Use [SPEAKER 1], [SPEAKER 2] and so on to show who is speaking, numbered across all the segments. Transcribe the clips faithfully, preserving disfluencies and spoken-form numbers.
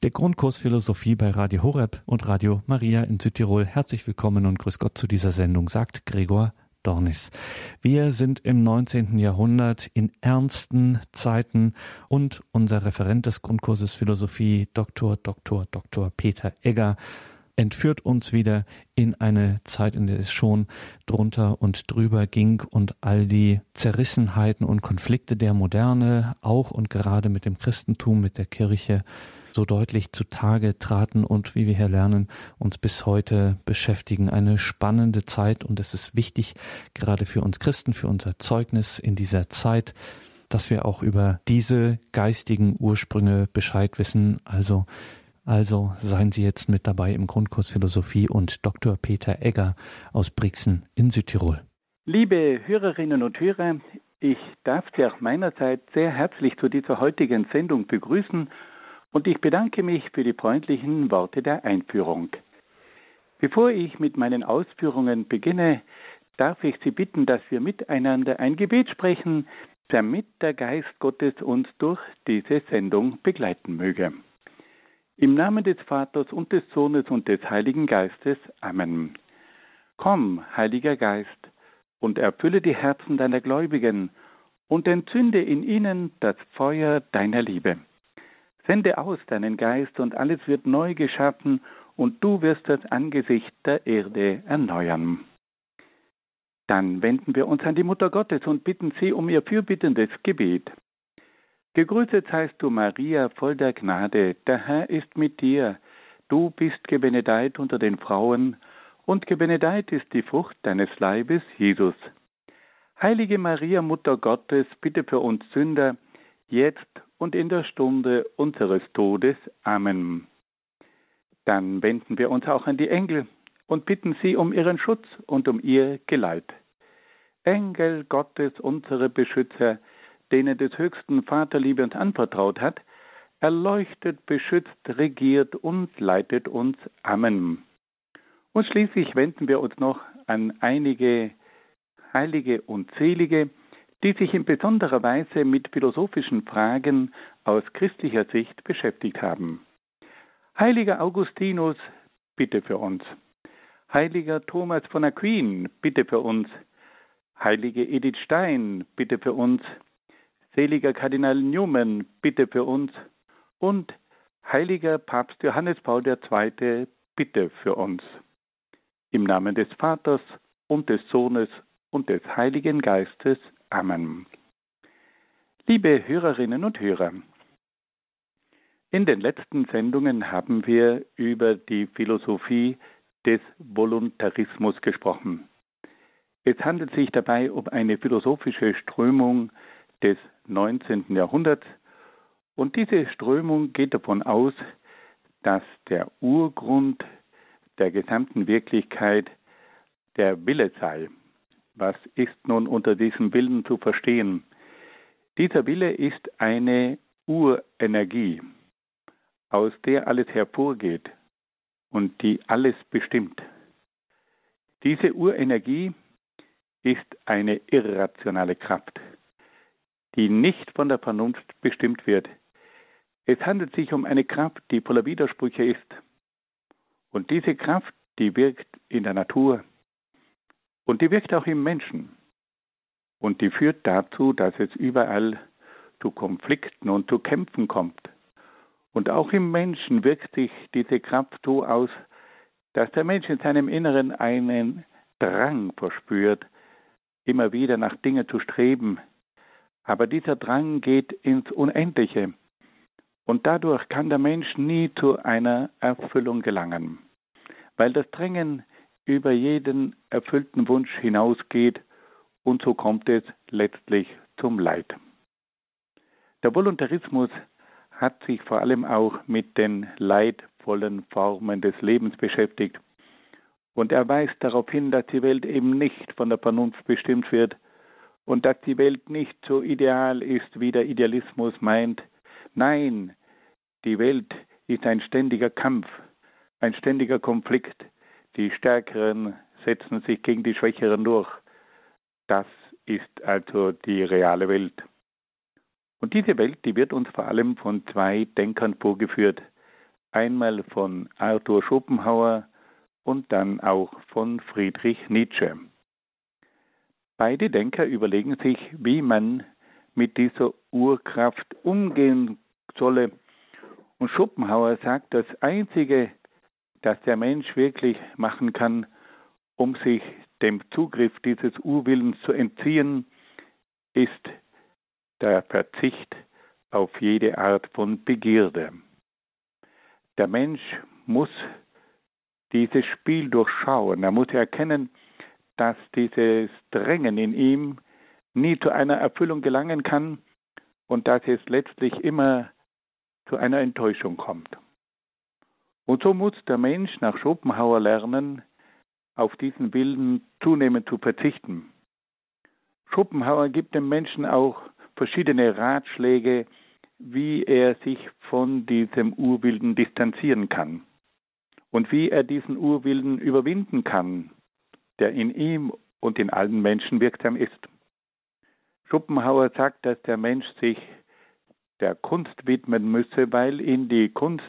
[SPEAKER 1] Der Grundkurs Philosophie bei Radio Horeb und Radio Maria in Südtirol. Herzlich willkommen und grüß Gott zu dieser Sendung, sagt Gregor Dornis. Wir sind im neunzehnten Jahrhundert in ernsten Zeiten und unser Referent des Grundkurses Philosophie, Doktor Doktor Doktor Peter Egger, entführt uns wieder in eine Zeit, in der es schon drunter und drüber ging und all die Zerrissenheiten und Konflikte der Moderne, auch und gerade mit dem Christentum, mit der Kirche, so deutlich zutage traten und, wie wir hier lernen, uns bis heute beschäftigen. Eine spannende Zeit, und es ist wichtig, gerade für uns Christen, für unser Zeugnis in dieser Zeit, dass wir auch über diese geistigen Ursprünge Bescheid wissen. Also, also seien Sie jetzt mit dabei im Grundkurs Philosophie und Doktor Peter Egger aus Brixen in Südtirol.
[SPEAKER 2] Liebe Hörerinnen und Hörer, ich darf Sie auch meinerseits sehr herzlich zu dieser heutigen Sendung begrüßen. Und ich bedanke mich für die freundlichen Worte der Einführung. Bevor ich mit meinen Ausführungen beginne, darf ich Sie bitten, dass wir miteinander ein Gebet sprechen, damit der Geist Gottes uns durch diese Sendung begleiten möge. Im Namen des Vaters und des Sohnes und des Heiligen Geistes. Amen. Komm, Heiliger Geist, und erfülle die Herzen deiner Gläubigen und entzünde in ihnen das Feuer deiner Liebe. Sende aus deinen Geist, und alles wird neu geschaffen, und du wirst das Angesicht der Erde erneuern. Dann wenden wir uns an die Mutter Gottes und bitten sie um ihr fürbittendes Gebet. Gegrüßet seist du, Maria, voll der Gnade, der Herr ist mit dir. Du bist gebenedeit unter den Frauen, und gebenedeit ist die Frucht deines Leibes, Jesus. Heilige Maria, Mutter Gottes, bitte für uns Sünder, jetzt und in der Stunde unseres Todes. Amen. Dann wenden wir uns auch an die Engel und bitten sie um ihren Schutz und um ihr Geleit. Engel Gottes, unsere Beschützer, denen des höchsten Vaterliebe uns anvertraut hat, erleuchtet, beschützt, regiert und leitet uns. Amen. Und schließlich wenden wir uns noch an einige Heilige und Selige, die sich in besonderer Weise mit philosophischen Fragen aus christlicher Sicht beschäftigt haben. Heiliger Augustinus, bitte für uns. Heiliger Thomas von Aquin, bitte für uns. Heilige Edith Stein, bitte für uns. Seliger Kardinal Newman, bitte für uns. Und Heiliger Papst Johannes Paul der Zweite, bitte für uns. Im Namen des Vaters und des Sohnes und des Heiligen Geistes. Amen. Liebe Hörerinnen und Hörer, in den letzten Sendungen haben wir über die Philosophie des Voluntarismus gesprochen. Es handelt sich dabei um eine philosophische Strömung des neunzehnten Jahrhunderts, und diese Strömung geht davon aus, dass der Urgrund der gesamten Wirklichkeit der Wille sei. Was ist nun unter diesem Willen zu verstehen? Dieser Wille ist eine Urenergie, aus der alles hervorgeht und die alles bestimmt. Diese Urenergie ist eine irrationale Kraft, die nicht von der Vernunft bestimmt wird. Es handelt sich um eine Kraft, die voller Widersprüche ist. Und diese Kraft, die wirkt in der Natur, und die wirkt auch im Menschen. Und die führt dazu, dass es überall zu Konflikten und zu Kämpfen kommt. Und auch im Menschen wirkt sich diese Kraft so aus, dass der Mensch in seinem Inneren einen Drang verspürt, immer wieder nach Dingen zu streben. Aber dieser Drang geht ins Unendliche. Und dadurch kann der Mensch nie zu einer Erfüllung gelangen. Weil das Drängen über jeden erfüllten Wunsch hinausgeht, und so kommt es letztlich zum Leid. Der Voluntarismus hat sich vor allem auch mit den leidvollen Formen des Lebens beschäftigt, und er weist darauf hin, dass die Welt eben nicht von der Vernunft bestimmt wird und dass die Welt nicht so ideal ist, wie der Idealismus meint. Nein, die Welt ist ein ständiger Kampf, ein ständiger Konflikt. Die Stärkeren setzen sich gegen die Schwächeren durch. Das ist also die reale Welt. Und diese Welt, die wird uns vor allem von zwei Denkern vorgeführt. einmal von Arthur Schopenhauer und dann auch von Friedrich Nietzsche. Beide Denker überlegen sich, wie man mit dieser Urkraft umgehen solle. Und Schopenhauer sagt, das Einzige, das der Mensch wirklich machen kann, um sich dem Zugriff dieses Urwillens zu entziehen, ist der Verzicht auf jede Art von Begierde. Der Mensch muss dieses Spiel durchschauen. Er muss erkennen, dass dieses Drängen in ihm nie zu einer Erfüllung gelangen kann und dass es letztlich immer zu einer Enttäuschung kommt. Und so muss der Mensch nach Schopenhauer lernen, auf diesen Willen zunehmend zu verzichten. Schopenhauer gibt dem Menschen auch verschiedene Ratschläge, wie er sich von diesem Urwillen distanzieren kann und wie er diesen Urwillen überwinden kann, der in ihm und in allen Menschen wirksam ist. Schopenhauer sagt, dass der Mensch sich der Kunst widmen müsse, weil ihn die Kunst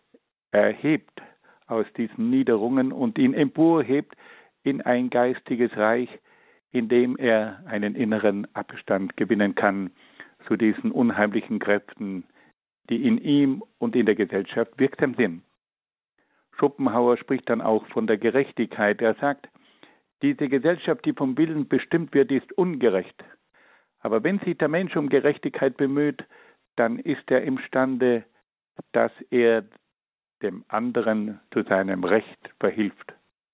[SPEAKER 2] erhebt aus diesen Niederungen und ihn emporhebt in ein geistiges Reich, in dem er einen inneren Abstand gewinnen kann zu diesen unheimlichen Kräften, die in ihm und in der Gesellschaft wirksam sind. Schopenhauer spricht dann auch von der Gerechtigkeit. Er sagt, diese Gesellschaft, die vom Willen bestimmt wird, ist ungerecht. Aber wenn sich der Mensch um Gerechtigkeit bemüht, dann ist er imstande, dass er dem anderen zu seinem Recht verhilft.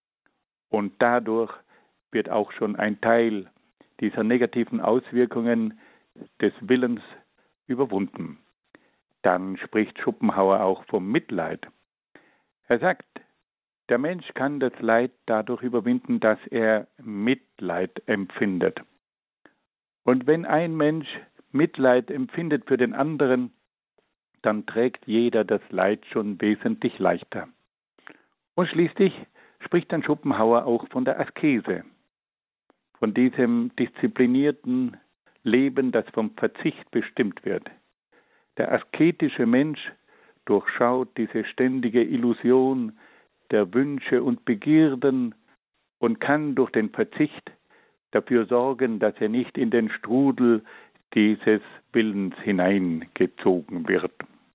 [SPEAKER 2] Und dadurch wird auch schon ein Teil dieser negativen Auswirkungen des Willens überwunden. Dann spricht Schopenhauer auch vom Mitleid. Er sagt, der Mensch kann das Leid dadurch überwinden, dass er Mitleid empfindet. Und wenn ein Mensch Mitleid empfindet für den anderen, dann trägt jeder das Leid schon wesentlich leichter. Und schließlich spricht dann Schopenhauer auch von der Askese, von diesem disziplinierten Leben, das vom Verzicht bestimmt wird. Der asketische Mensch durchschaut diese ständige Illusion der Wünsche und Begierden und kann durch den Verzicht dafür sorgen, dass er nicht in den Strudel dieses Willens hineingezogen wird.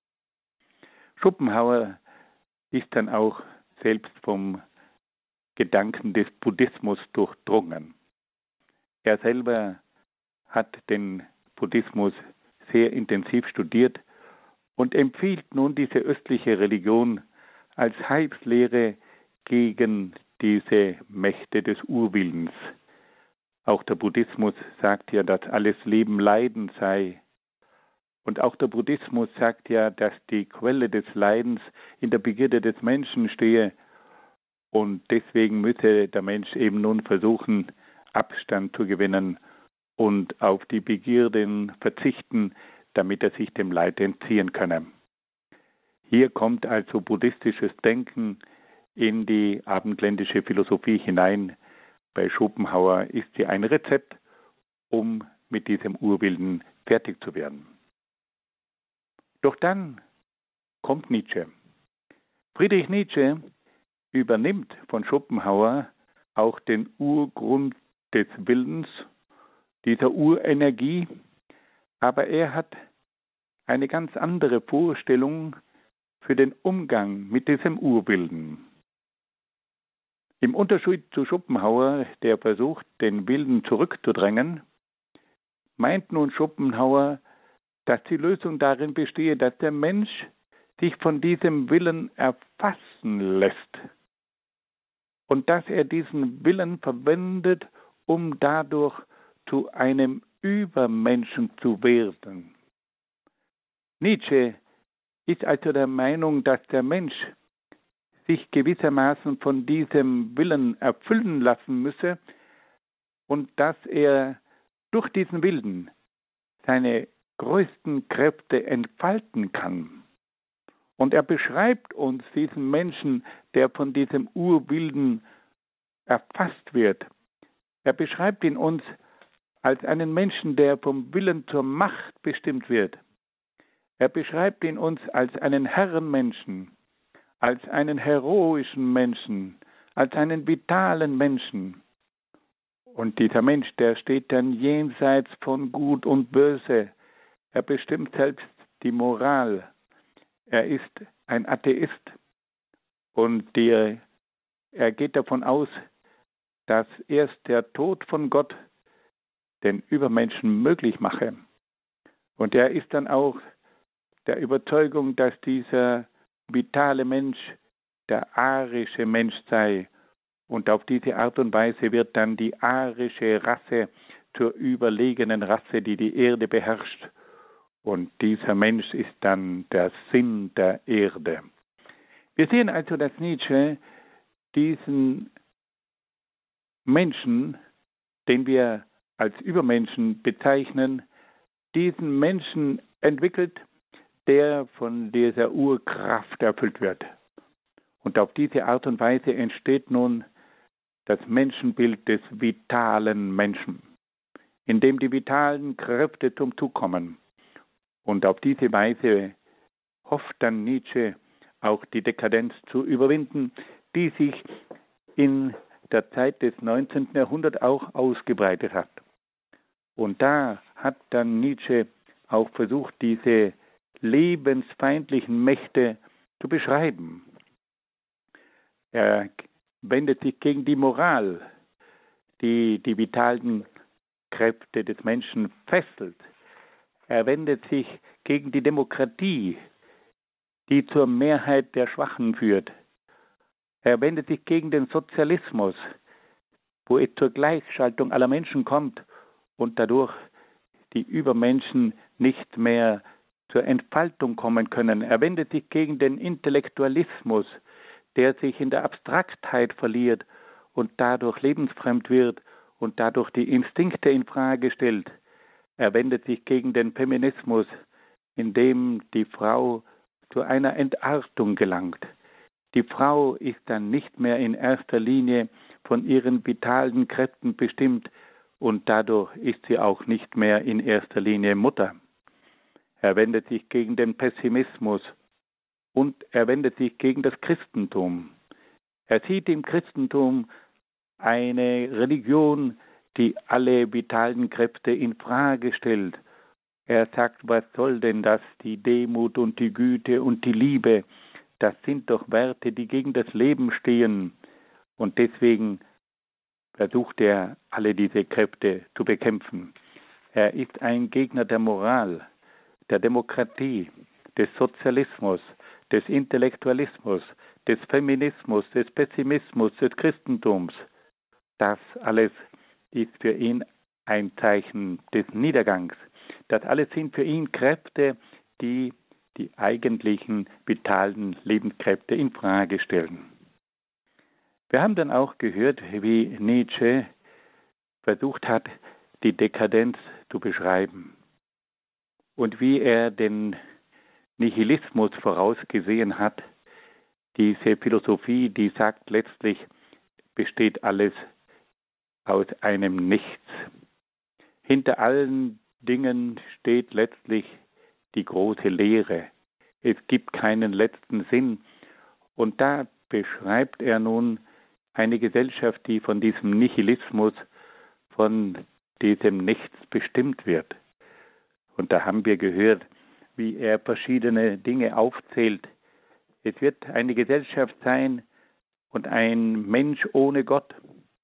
[SPEAKER 2] Schopenhauer ist dann auch selbst vom Gedanken des Buddhismus durchdrungen. Er selber hat den Buddhismus sehr intensiv studiert und empfiehlt nun diese östliche Religion als Heilslehre gegen diese Mächte des Urwillens. Auch der Buddhismus sagt ja, dass alles Leben Leiden sei. Und auch der Buddhismus sagt ja, dass die Quelle des Leidens in der Begierde des Menschen stehe. Und deswegen müsse der Mensch eben nun versuchen, Abstand zu gewinnen und auf die Begierden verzichten, damit er sich dem Leid entziehen könne. Hier kommt also buddhistisches Denken in die abendländische Philosophie hinein. Bei Schopenhauer ist sie ein Rezept, um mit diesem Urwillen fertig zu werden. Doch dann kommt Nietzsche. Friedrich Nietzsche übernimmt von Schopenhauer auch den Urgrund des Willens, dieser Urenergie, aber er hat eine ganz andere Vorstellung für den Umgang mit diesem Urwillen. Im Unterschied zu Schopenhauer, der versucht, den Willen zurückzudrängen, meint nun Schopenhauer, dass die Lösung darin bestehe, dass der Mensch sich von diesem Willen erfassen lässt und dass er diesen Willen verwendet, um dadurch zu einem Übermenschen zu werden. Nietzsche ist also der Meinung, dass der Mensch sich gewissermaßen von diesem Willen erfüllen lassen müsse und dass er durch diesen Willen seine größten Kräfte entfalten kann. Und er beschreibt uns diesen Menschen, der von diesem Urwillen erfasst wird. Er beschreibt ihn uns als einen Menschen, der vom Willen zur Macht bestimmt wird. Er beschreibt ihn uns als einen Herrenmenschen, als einen heroischen Menschen, als einen vitalen Menschen. Und dieser Mensch, der steht dann jenseits von Gut und Böse. Er bestimmt selbst die Moral. Er ist ein Atheist und der, er geht davon aus, dass erst der Tod von Gott den Übermenschen möglich mache. Und er ist dann auch der Überzeugung, dass dieser vitale Mensch der arische Mensch sei. Und auf diese Art und Weise wird dann die arische Rasse zur überlegenen Rasse, die die Erde beherrscht. Und dieser Mensch ist dann der Sinn der Erde. Wir sehen also, dass Nietzsche diesen Menschen, den wir als Übermenschen bezeichnen, diesen Menschen entwickelt, der von dieser Urkraft erfüllt wird. Und auf diese Art und Weise entsteht nun das Menschenbild des vitalen Menschen, in dem die vitalen Kräfte zum Zug kommen. Und auf diese Weise hofft dann Nietzsche auch die Dekadenz zu überwinden, die sich in der Zeit des neunzehnten Jahrhunderts auch ausgebreitet hat. Und da hat dann Nietzsche auch versucht, diese lebensfeindlichen Mächte zu beschreiben. Er wendet sich gegen die Moral, die die vitalen Kräfte des Menschen fesselt. Er wendet sich gegen die Demokratie, die zur Mehrheit der Schwachen führt. Er wendet sich gegen den Sozialismus, wo es zur Gleichschaltung aller Menschen kommt und dadurch die Übermenschen nicht mehr zur Entfaltung kommen können. Er wendet sich gegen den Intellektualismus, der sich in der Abstraktheit verliert und dadurch lebensfremd wird und dadurch die Instinkte in Frage stellt. Er wendet sich gegen den Feminismus, in dem die Frau zu einer Entartung gelangt. Die Frau ist dann nicht mehr in erster Linie von ihren vitalen Kräften bestimmt und dadurch ist sie auch nicht mehr in erster Linie Mutter. Er wendet sich gegen den Pessimismus und er wendet sich gegen das Christentum. Er sieht im Christentum eine Religion, die alle vitalen Kräfte in Frage stellt. Er sagt, was soll denn das? Die Demut und die Güte und die Liebe, das sind doch Werte, die gegen das Leben stehen. Und deswegen versucht er, alle diese Kräfte zu bekämpfen. Er ist ein Gegner der Moral, der Demokratie, des Sozialismus, des Intellektualismus, des Feminismus, des Pessimismus, des Christentums. Das alles ist für ihn ein Zeichen des Niedergangs. Das alles sind für ihn Kräfte, die die eigentlichen vitalen Lebenskräfte in Frage stellen. Wir haben dann auch gehört, wie Nietzsche versucht hat, die Dekadenz zu beschreiben und wie er den Nihilismus vorausgesehen hat. Diese Philosophie, die sagt, letztlich besteht alles aus einem Nichts. Hinter allen Dingen steht letztlich die große Leere. Es gibt keinen letzten Sinn. Und da beschreibt er nun eine Gesellschaft, die von diesem Nihilismus, von diesem Nichts bestimmt wird. Und da haben wir gehört, wie er verschiedene Dinge aufzählt. Es wird eine Gesellschaft sein und ein Mensch ohne Gott.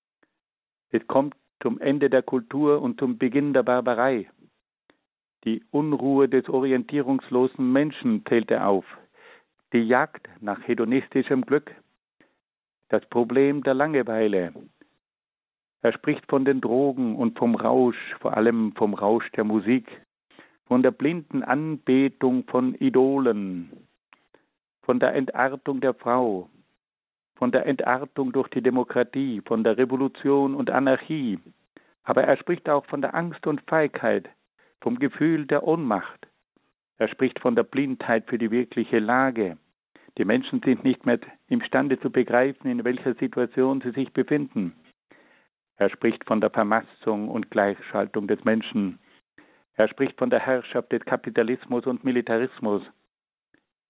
[SPEAKER 2] Es kommt zum Ende der Kultur und zum Beginn der Barbarei. Die Unruhe des orientierungslosen Menschen zählt er auf. Die Jagd nach hedonistischem Glück. Das Problem der Langeweile. Er spricht von den Drogen und vom Rausch, vor allem vom Rausch der Musik, von der blinden Anbetung von Idolen, von der Entartung der Frau, von der Entartung durch die Demokratie, von der Revolution und Anarchie. Aber er spricht auch von der Angst und Feigheit, vom Gefühl der Ohnmacht. Er spricht von der Blindheit für die wirkliche Lage. Die Menschen sind nicht mehr imstande zu begreifen, in welcher Situation sie sich befinden. Er spricht von der Vermassung und Gleichschaltung des Menschen. Er spricht von der Herrschaft des Kapitalismus und Militarismus.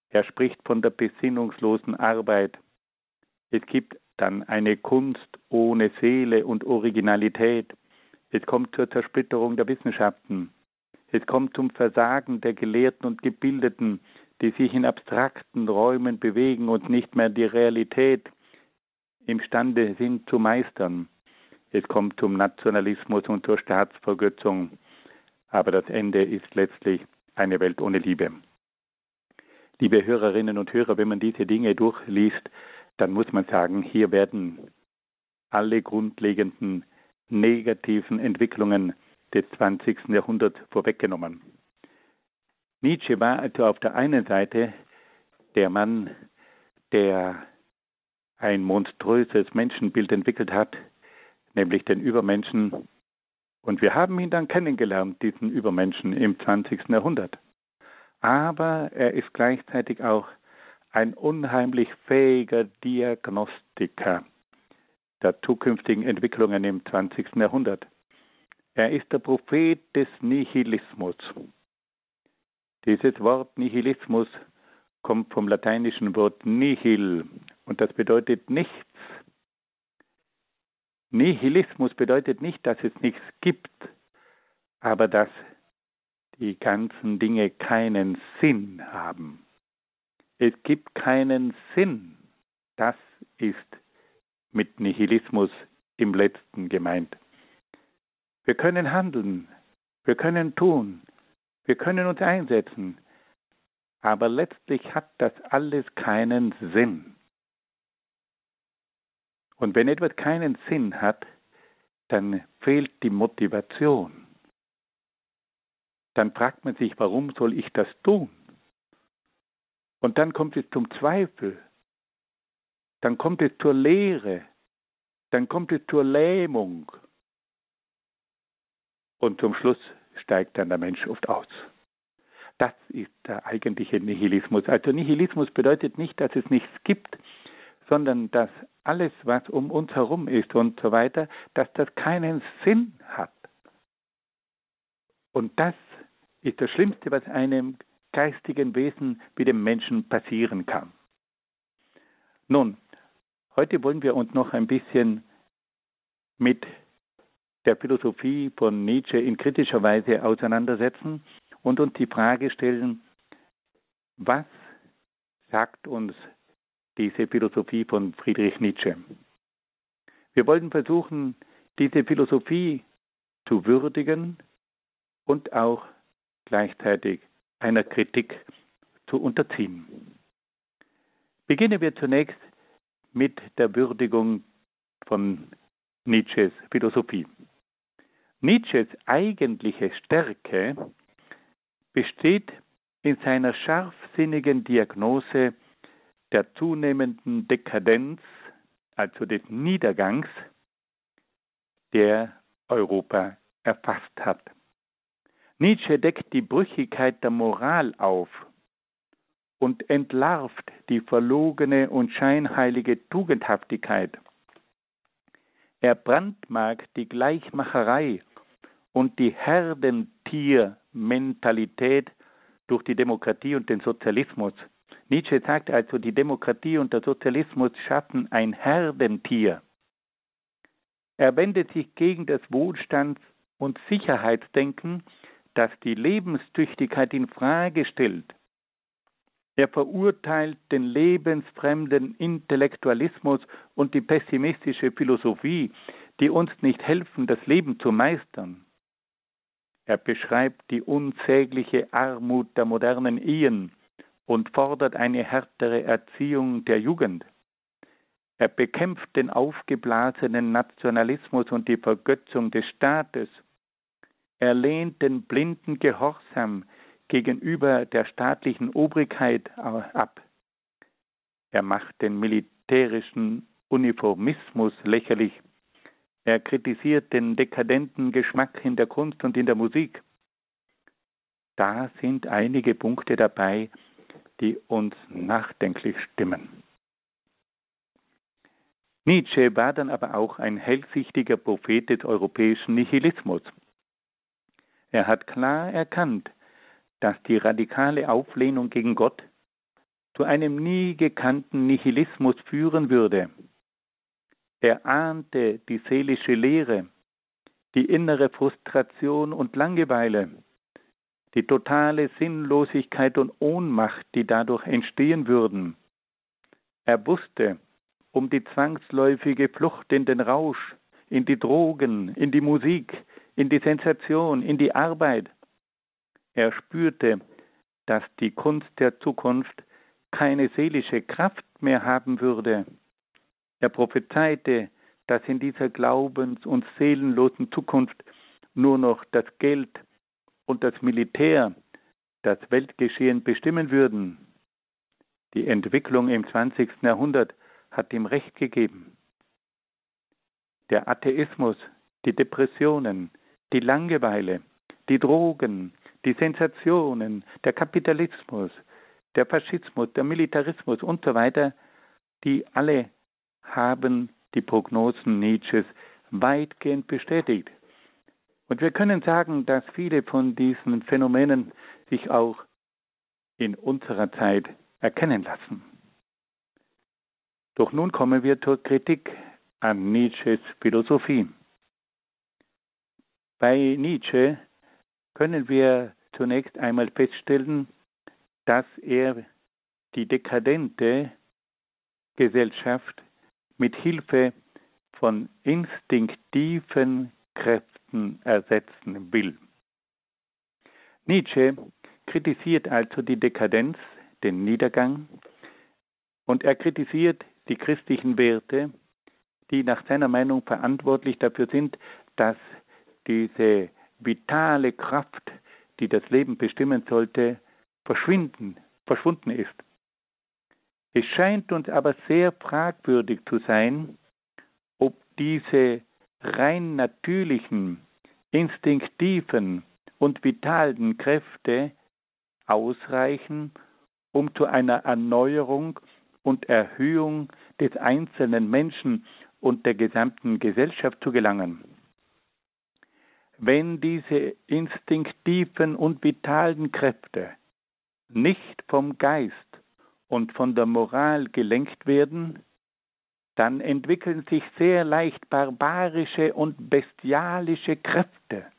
[SPEAKER 2] Er spricht von der besinnungslosen Arbeit. Es gibt dann eine Kunst ohne Seele und Originalität. Es kommt zur Zersplitterung der Wissenschaften. Es kommt zum Versagen der Gelehrten und Gebildeten, die sich in abstrakten Räumen bewegen und nicht mehr die Realität imstande sind zu meistern. Es kommt zum Nationalismus und zur Staatsvergötzung. Aber das Ende ist letztlich eine Welt ohne Liebe. Liebe Hörerinnen und Hörer, wenn man diese Dinge durchliest, dann muss man sagen, hier werden alle grundlegenden negativen Entwicklungen des zwanzigsten Jahrhunderts vorweggenommen. Nietzsche war also auf der einen Seite der Mann, der ein monströses Menschenbild entwickelt hat, nämlich den Übermenschen. Und wir haben ihn dann kennengelernt, diesen Übermenschen im zwanzigsten Jahrhundert. Aber er ist gleichzeitig auch ein unheimlich fähiger Diagnostiker der zukünftigen Entwicklungen im zwanzigsten Jahrhundert. Er ist der Prophet des Nihilismus. Dieses Wort Nihilismus kommt vom lateinischen Wort nihil und das bedeutet nichts. Nihilismus bedeutet nicht, dass es nichts gibt, aber dass die ganzen Dinge keinen Sinn haben. Es gibt keinen Sinn. Das ist mit Nihilismus im Letzten gemeint. Wir können handeln, wir können tun, wir können uns einsetzen, aber letztlich hat das alles keinen Sinn. Und wenn etwas keinen Sinn hat, dann fehlt die Motivation. Dann fragt man sich, warum soll ich das tun? Und dann kommt es zum Zweifel, dann kommt es zur Leere, dann kommt es zur Lähmung. Und zum Schluss steigt dann der Mensch oft aus. Das ist der eigentliche Nihilismus. Also Nihilismus bedeutet nicht, dass es nichts gibt, sondern dass alles, was um uns herum ist und so weiter, dass das keinen Sinn hat. Und das ist das Schlimmste, was einem geistigen Wesen wie dem Menschen passieren kann. Nun, heute wollen wir uns noch ein bisschen mit der Philosophie von Nietzsche in kritischer Weise auseinandersetzen und uns die Frage stellen, was sagt uns diese Philosophie von Friedrich Nietzsche? Wir wollen versuchen, diese Philosophie zu würdigen und auch gleichzeitig einer Kritik zu unterziehen. Beginnen wir zunächst mit der Würdigung von Nietzsches Philosophie. Nietzsches eigentliche Stärke besteht in seiner scharfsinnigen Diagnose der zunehmenden Dekadenz, also des Niedergangs, der Europa erfasst hat. Nietzsche deckt die Brüchigkeit der Moral auf und entlarvt die verlogene und scheinheilige Tugendhaftigkeit. Er brandmarkt die Gleichmacherei und die Herdentiermentalität durch die Demokratie und den Sozialismus. Nietzsche sagt also, die Demokratie und der Sozialismus schaffen ein Herdentier. Er wendet sich gegen das Wohlstands- und Sicherheitsdenken, das die Lebenstüchtigkeit in Frage stellt. Er verurteilt den lebensfremden Intellektualismus und die pessimistische Philosophie, die uns nicht helfen, das Leben zu meistern. Er beschreibt die unsägliche Armut der modernen Ehen und fordert eine härtere Erziehung der Jugend. Er bekämpft den aufgeblasenen Nationalismus und die Vergötzung des Staates. Er lehnt den blinden Gehorsam gegenüber der staatlichen Obrigkeit ab. Er macht den militärischen Uniformismus lächerlich. Er kritisiert den dekadenten Geschmack in der Kunst und in der Musik. Da sind einige Punkte dabei, die uns nachdenklich stimmen. Nietzsche war dann aber auch ein hellsichtiger Prophet des europäischen Nihilismus. Er hat klar erkannt, dass die radikale Auflehnung gegen Gott zu einem nie gekannten Nihilismus führen würde. Er ahnte die seelische Leere, die innere Frustration und Langeweile, die totale Sinnlosigkeit und Ohnmacht, die dadurch entstehen würden. Er wusste um die zwangsläufige Flucht in den Rausch, in die Drogen, in die Musik, in die Sensation, in die Arbeit. Er spürte, dass die Kunst der Zukunft keine seelische Kraft mehr haben würde. Er prophezeite, dass in dieser glaubens- und seelenlosen Zukunft nur noch das Geld und das Militär das Weltgeschehen bestimmen würden. Die Entwicklung im zwanzigsten Jahrhundert hat ihm Recht gegeben. Der Atheismus, die Depressionen, die Langeweile, die Drogen, die Sensationen, der Kapitalismus, der Faschismus, der Militarismus und so weiter, die alle haben die Prognosen Nietzsches weitgehend bestätigt. Und wir können sagen, dass viele von diesen Phänomenen sich auch in unserer Zeit erkennen lassen. Doch nun kommen wir zur Kritik an Nietzsches Philosophie. Bei Nietzsche können wir zunächst einmal feststellen, dass er die dekadente Gesellschaft mit Hilfe von instinktiven Kräften ersetzen will. Nietzsche kritisiert also die Dekadenz, den Niedergang, und er kritisiert die christlichen Werte, die nach seiner Meinung verantwortlich dafür sind, dass diese vitale Kraft, die das Leben bestimmen sollte, verschwinden, verschwunden ist. Es scheint uns aber sehr fragwürdig zu sein, ob diese rein natürlichen, instinktiven und vitalen Kräfte ausreichen, um zu einer Erneuerung und Erhöhung des einzelnen Menschen und der gesamten Gesellschaft zu gelangen. Wenn diese instinktiven und vitalen Kräfte nicht vom Geist und von der Moral gelenkt werden, dann entwickeln sich sehr leicht barbarische und bestialische Kräfte.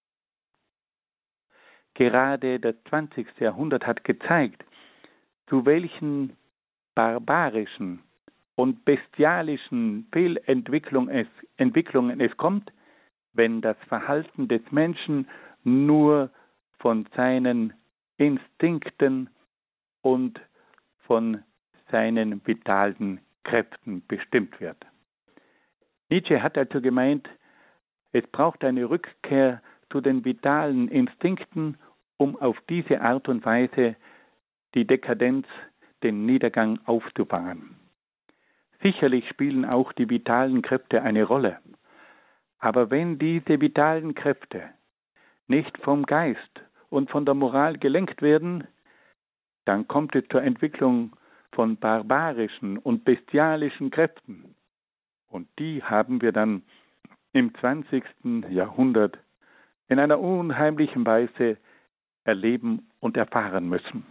[SPEAKER 2] Gerade das zwanzigste Jahrhundert hat gezeigt, zu welchen barbarischen und bestialischen Fehlentwicklungen es, Entwicklungen es kommt, wenn das Verhalten des Menschen nur von seinen Instinkten und von seinen vitalen Kräften bestimmt wird. Nietzsche hat also gemeint, es braucht eine Rückkehr zu den vitalen Instinkten, um auf diese Art und Weise die Dekadenz, den Niedergang aufzufangen. Sicherlich spielen auch die vitalen Kräfte eine Rolle. Aber wenn diese vitalen Kräfte nicht vom Geist und von der Moral gelenkt werden, dann kommt es zur Entwicklung von barbarischen und bestialischen Kräften. Und die haben wir dann im zwanzigsten Jahrhundert in einer unheimlichen Weise erleben und erfahren müssen.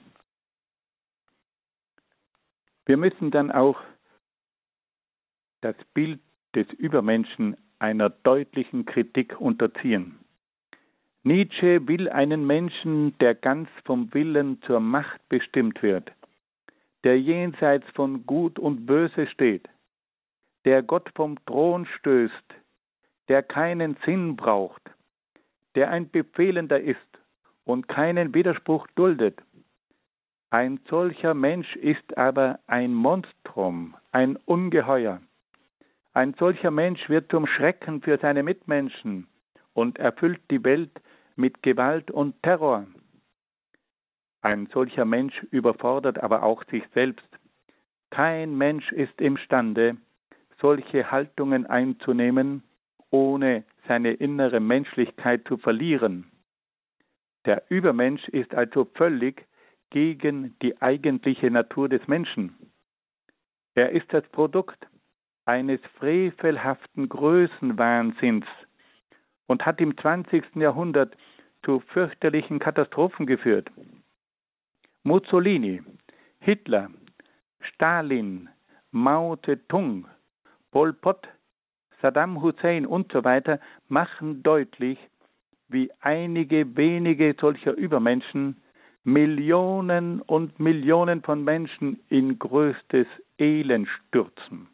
[SPEAKER 2] Wir müssen dann auch das Bild des Übermenschen einer deutlichen Kritik unterziehen. Nietzsche will einen Menschen, der ganz vom Willen zur Macht bestimmt wird, der jenseits von Gut und Böse steht, der Gott vom Thron stößt, der keinen Sinn braucht, der ein Befehlender ist und keinen Widerspruch duldet. Ein solcher Mensch ist aber ein Monstrum, ein Ungeheuer. Ein solcher Mensch wird zum Schrecken für seine Mitmenschen und erfüllt die Welt mit Gewalt und Terror. Ein solcher Mensch überfordert aber auch sich selbst. Kein Mensch ist imstande, solche Haltungen einzunehmen, ohne seine innere Menschlichkeit zu verlieren. Der Übermensch ist also völlig gegen die eigentliche Natur des Menschen. Er ist das Produkt eines frevelhaften Größenwahnsinns und hat im zwanzigsten Jahrhundert zu fürchterlichen Katastrophen geführt. Mussolini, Hitler Stalin, Mao Zedong, Pol Pot, Saddam Hussein und so weiter machen deutlich, wie einige wenige solcher Übermenschen Millionen und Millionen von Menschen in größtes Elend stürzen.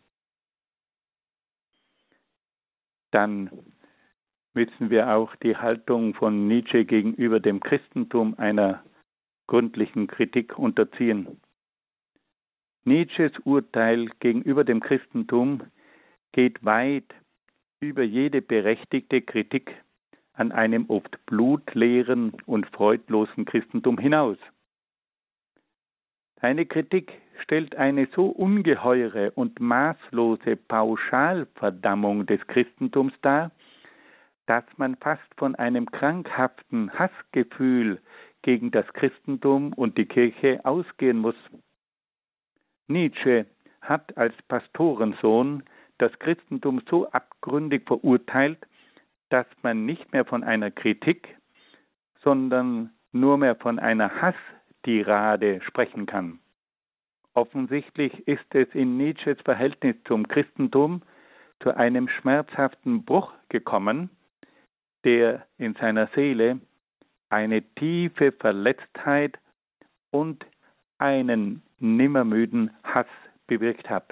[SPEAKER 2] Dann müssen wir auch die Haltung von Nietzsche gegenüber dem Christentum einer gründlichen Kritik unterziehen. Nietzsches Urteil gegenüber dem Christentum geht weit über jede berechtigte Kritik an einem oft blutleeren und freudlosen Christentum hinaus. Seine Kritik stellt eine so ungeheure und maßlose Pauschalverdammung des Christentums dar, dass man fast von einem krankhaften Hassgefühl gegen das Christentum und die Kirche ausgehen muss. Nietzsche hat als Pastorensohn das Christentum so abgründig verurteilt, dass man nicht mehr von einer Kritik, sondern nur mehr von einer Hasstirade sprechen kann. Offensichtlich ist es in Nietzsches Verhältnis zum Christentum zu einem schmerzhaften Bruch gekommen, der in seiner Seele eine tiefe Verletztheit und einen nimmermüden Hass bewirkt hat.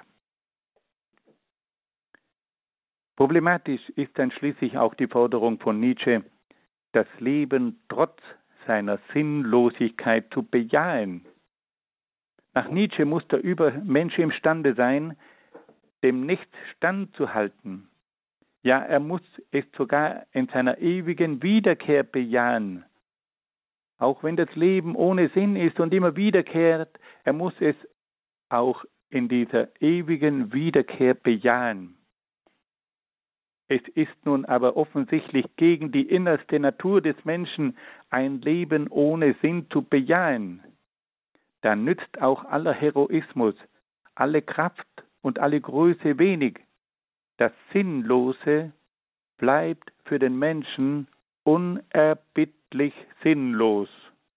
[SPEAKER 2] Problematisch ist dann schließlich auch die Forderung von Nietzsche, das Leben trotz seiner Sinnlosigkeit zu bejahen. Nach Nietzsche muss der Übermensch imstande sein, dem Nichts standzuhalten. Ja, er muss es sogar in seiner ewigen Wiederkehr bejahen. Auch wenn das Leben ohne Sinn ist und immer wiederkehrt, er muss es auch in dieser ewigen Wiederkehr bejahen. Es ist nun aber offensichtlich gegen die innerste Natur des Menschen, ein Leben ohne Sinn zu bejahen. Dann nützt auch aller Heroismus, alle Kraft und alle Größe wenig. Das Sinnlose bleibt für den Menschen unerbittlich sinnlos.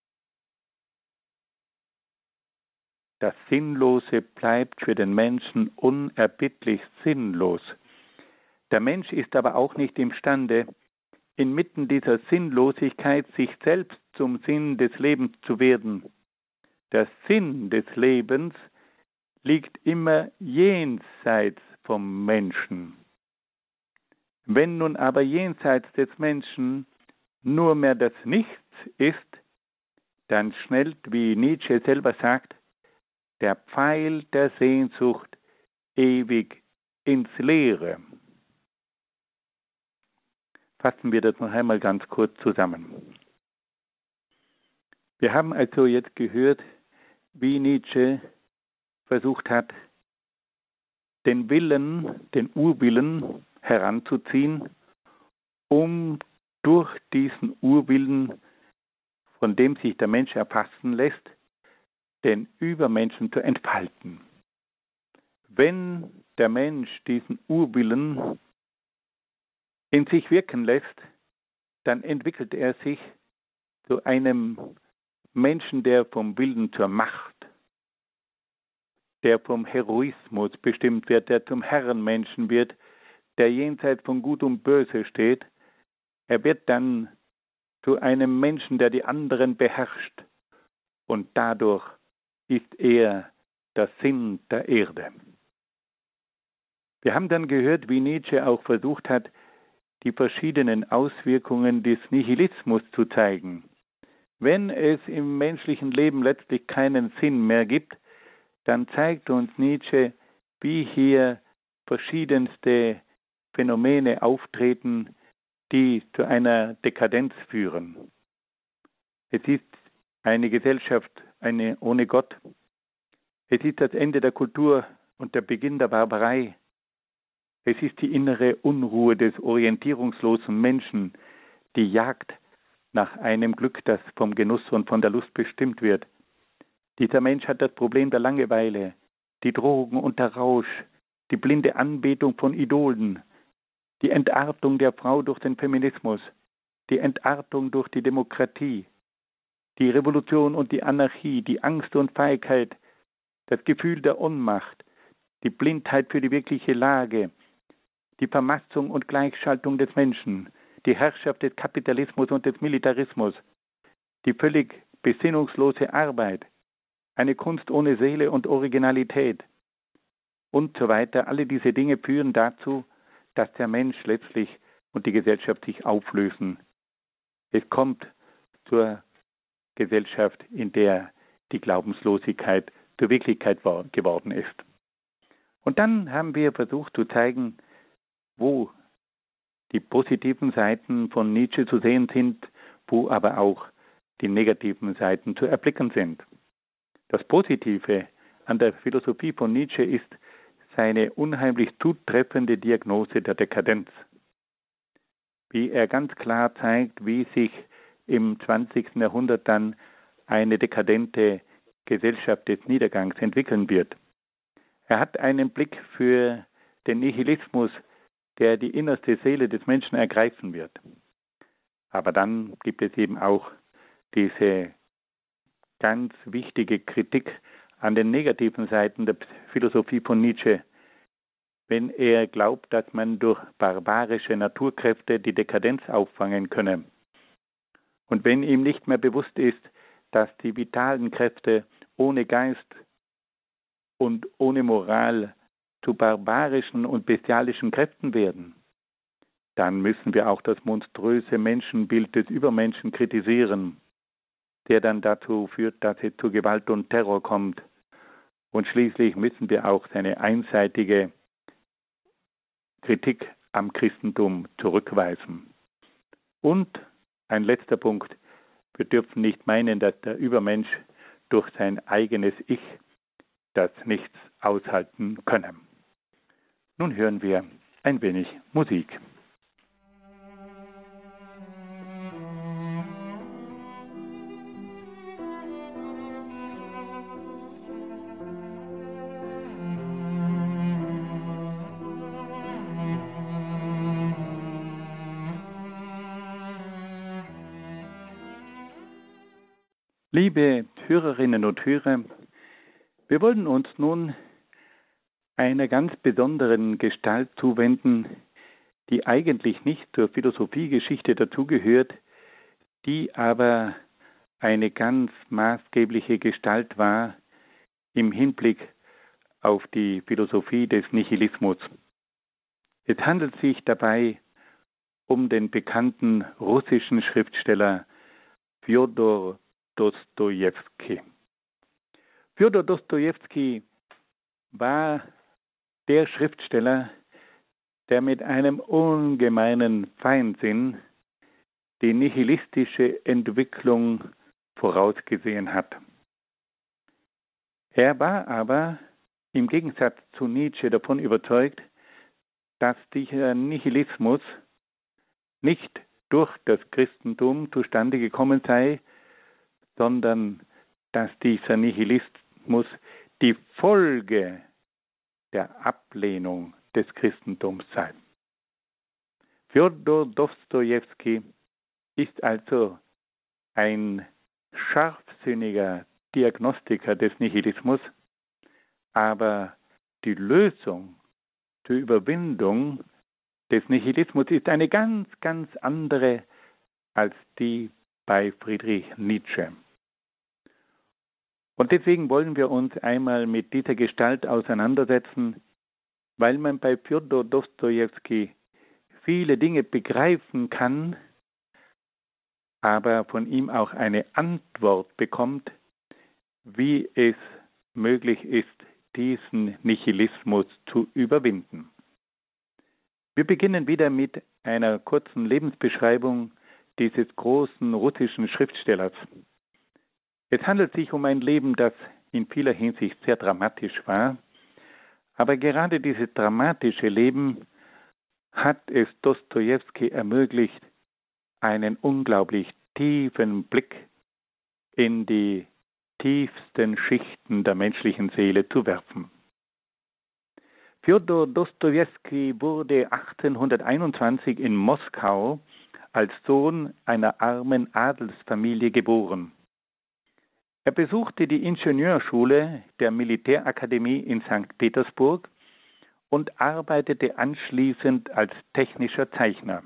[SPEAKER 2] Das Sinnlose bleibt für den Menschen unerbittlich sinnlos. Der Mensch ist aber auch nicht imstande, inmitten dieser Sinnlosigkeit sich selbst zum Sinn des Lebens zu werden. Der Sinn des Lebens liegt immer jenseits vom Menschen. Wenn nun aber jenseits des Menschen nur mehr das Nichts ist, dann schnellt, wie Nietzsche selber sagt, der Pfeil der Sehnsucht ewig ins Leere. Fassen wir das noch einmal ganz kurz zusammen. Wir haben also jetzt gehört, wie Nietzsche versucht hat, den Willen, den Urwillen heranzuziehen, um durch diesen Urwillen, von dem sich der Mensch erfassen lässt, den Übermenschen zu entfalten. Wenn der Mensch diesen Urwillen in sich wirken lässt, dann entwickelt er sich zu einem Menschen, der vom Willen zur Macht, der vom Heroismus bestimmt wird, der zum Herrenmenschen wird, der jenseits von Gut und Böse steht. Er wird dann zu einem Menschen, der die anderen beherrscht, und dadurch ist er der Sinn der Erde. Wir haben dann gehört, wie Nietzsche auch versucht hat, die verschiedenen Auswirkungen des Nihilismus zu zeigen. Wenn es im menschlichen Leben letztlich keinen Sinn mehr gibt, dann zeigt uns Nietzsche, wie hier verschiedenste Phänomene auftreten, die zu einer Dekadenz führen. Es ist eine Gesellschaft eine ohne Gott. Es ist das Ende der Kultur und der Beginn der Barbarei. Es ist die innere Unruhe des orientierungslosen Menschen, die Jagd nach einem Glück, das vom Genuss und von der Lust bestimmt wird. Dieser Mensch hat das Problem der Langeweile, die Drogen und der Rausch, die blinde Anbetung von Idolen, die Entartung der Frau durch den Feminismus, die Entartung durch die Demokratie, die Revolution und die Anarchie, die Angst und Feigheit das Gefühl der Ohnmacht, die Blindheit für die wirkliche Lage, die Vermassung und Gleichschaltung des Menschen, die Herrschaft des Kapitalismus und des Militarismus, die völlig besinnungslose Arbeit, eine Kunst ohne Seele und Originalität und so weiter. Alle diese Dinge führen dazu, dass der Mensch letztlich und die Gesellschaft sich auflösen. Es kommt zur Gesellschaft, in der die Glaubenslosigkeit zur Wirklichkeit geworden ist. Und dann haben wir versucht zu zeigen, wo die positiven Seiten von Nietzsche zu sehen sind, wo aber auch die negativen Seiten zu erblicken sind. Das Positive an der Philosophie von Nietzsche ist seine unheimlich zutreffende Diagnose der Dekadenz. Wie er ganz klar zeigt, wie sich im zwanzigsten Jahrhundert dann eine dekadente Gesellschaft des Niedergangs entwickeln wird. Er hat einen Blick für den Nihilismus, der die innerste Seele des Menschen ergreifen wird. Aber dann gibt es eben auch diese ganz wichtige Kritik an den negativen Seiten der Philosophie von Nietzsche, wenn er glaubt, dass man durch barbarische Naturkräfte die Dekadenz auffangen könne. Und wenn ihm nicht mehr bewusst ist, dass die vitalen Kräfte ohne Geist und ohne Moral zu barbarischen und bestialischen Kräften werden, dann müssen wir auch das monströse Menschenbild des Übermenschen kritisieren, der dann dazu führt, dass es zu Gewalt und Terror kommt. Und schließlich müssen wir auch seine einseitige Kritik am Christentum zurückweisen. Und ein letzter Punkt, wir dürfen nicht meinen, dass der Übermensch durch sein eigenes Ich das nichts aushalten könne. Nun hören wir ein wenig Musik. Liebe Hörerinnen und Hörer, wir wollen uns nun einer ganz besonderen Gestalt zuwenden, die eigentlich nicht zur Philosophiegeschichte dazugehört, die aber eine ganz maßgebliche Gestalt war im Hinblick auf die Philosophie des Nihilismus. Es handelt sich dabei um den bekannten russischen Schriftsteller Fjodor Dostojewski. Fjodor Dostojewski war der Schriftsteller, der mit einem ungemeinen Feinsinn die nihilistische Entwicklung vorausgesehen hat. Er war aber im Gegensatz zu Nietzsche davon überzeugt, dass dieser Nihilismus nicht durch das Christentum zustande gekommen sei, sondern dass dieser Nihilismus die Folge der Ablehnung des Christentums sei. Fjodor Dostojewski ist also ein scharfsinniger Diagnostiker des Nihilismus, aber die Lösung zur Überwindung des Nihilismus ist eine ganz, ganz andere als die bei Friedrich Nietzsche. Und deswegen wollen wir uns einmal mit dieser Gestalt auseinandersetzen, weil man bei Fjodor Dostojewski viele Dinge begreifen kann, aber von ihm auch eine Antwort bekommt, wie es möglich ist, diesen Nihilismus zu überwinden. Wir beginnen wieder mit einer kurzen Lebensbeschreibung dieses großen russischen Schriftstellers. Es handelt sich um ein Leben, das in vieler Hinsicht sehr dramatisch war, aber gerade dieses dramatische Leben hat es Dostojewski ermöglicht, einen unglaublich tiefen Blick in die tiefsten Schichten der menschlichen Seele zu werfen. Fjodor Dostojewski wurde achtzehnhunderteinundzwanzig in Moskau als Sohn einer armen Adelsfamilie geboren. Er besuchte die Ingenieurschule der Militärakademie in Sankt Petersburg und arbeitete anschließend als technischer Zeichner.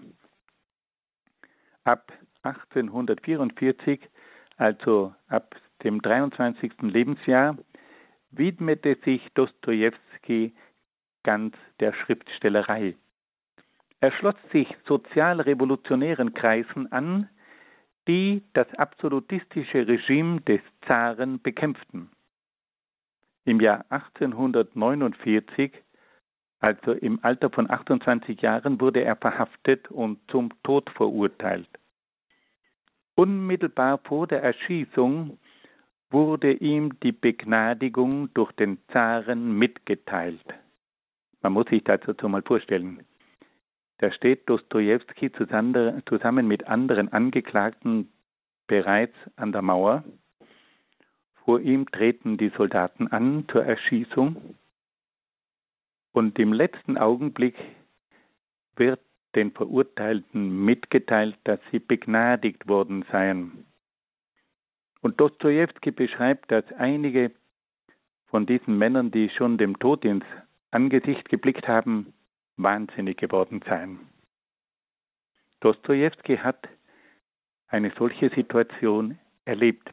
[SPEAKER 2] Ab achtzehnhundertvierundvierzig, also ab dem dreiundzwanzigsten Lebensjahr, widmete sich Dostojewski ganz der Schriftstellerei. Er schloss sich sozialrevolutionären Kreisen an, die das absolutistische Regime des Zaren bekämpften. Im Jahr achtzehnhundertneunundvierzig, also im Alter von achtundzwanzig Jahren, wurde er verhaftet und zum Tod verurteilt. Unmittelbar vor der Erschießung wurde ihm die Begnadigung durch den Zaren mitgeteilt. Man muss sich dazu mal vorstellen. Da steht Dostojewski zusammen mit anderen Angeklagten bereits an der Mauer. Vor ihm treten die Soldaten an zur Erschießung. Und im letzten Augenblick wird den Verurteilten mitgeteilt, dass sie begnadigt worden seien. Und Dostojewski beschreibt, dass einige von diesen Männern, die schon dem Tod ins Angesicht geblickt haben, wahnsinnig geworden seien. Dostojewski hat eine solche Situation erlebt.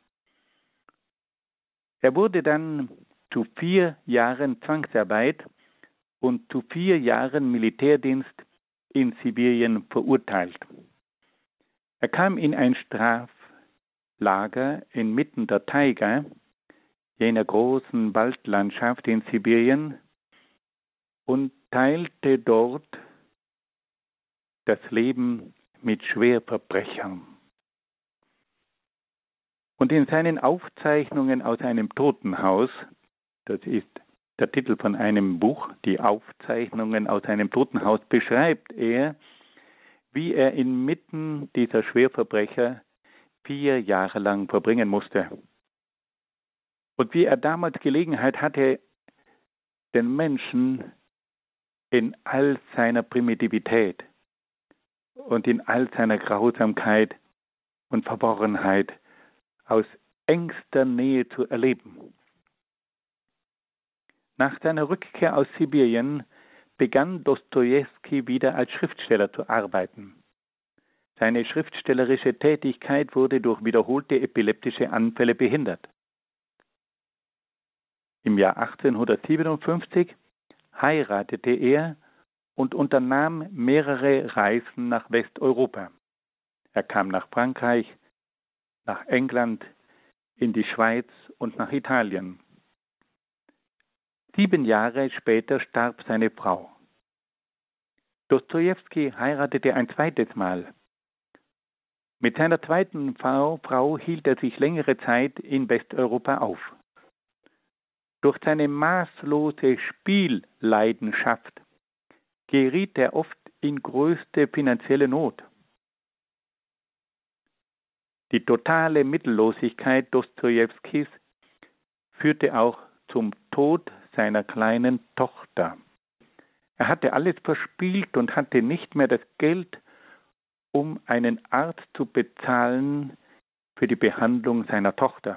[SPEAKER 2] Er wurde dann zu vier Jahren Zwangsarbeit und zu vier Jahren Militärdienst in Sibirien verurteilt. Er kam in ein Straflager inmitten der Taiga, jener großen Waldlandschaft in Sibirien, und teilte dort das Leben mit Schwerverbrechern. Und in seinen Aufzeichnungen aus einem Totenhaus, das ist der Titel von einem Buch, die Aufzeichnungen aus einem Totenhaus, beschreibt er, wie er inmitten dieser Schwerverbrecher vier Jahre lang verbringen musste. Und wie er damals Gelegenheit hatte, den Menschen in all seiner Primitivität und in all seiner Grausamkeit und Verworrenheit aus engster Nähe zu erleben. Nach seiner Rückkehr aus Sibirien begann Dostojewski wieder als Schriftsteller zu arbeiten. Seine schriftstellerische Tätigkeit wurde durch wiederholte epileptische Anfälle behindert. Im Jahr achtzehnhundertsiebenundfünfzig heiratete er und unternahm mehrere Reisen nach Westeuropa. Er kam nach Frankreich, nach England, in die Schweiz und nach Italien. Sieben Jahre später starb seine Frau. Dostojewski heiratete ein zweites Mal. Mit seiner zweiten Frau, Frau hielt er sich längere Zeit in Westeuropa auf. Durch seine maßlose Spielleidenschaft geriet er oft in größte finanzielle Not. Die totale Mittellosigkeit Dostojewskis führte auch zum Tod seiner kleinen Tochter. Er hatte alles verspielt und hatte nicht mehr das Geld, um einen Arzt zu bezahlen für die Behandlung seiner Tochter.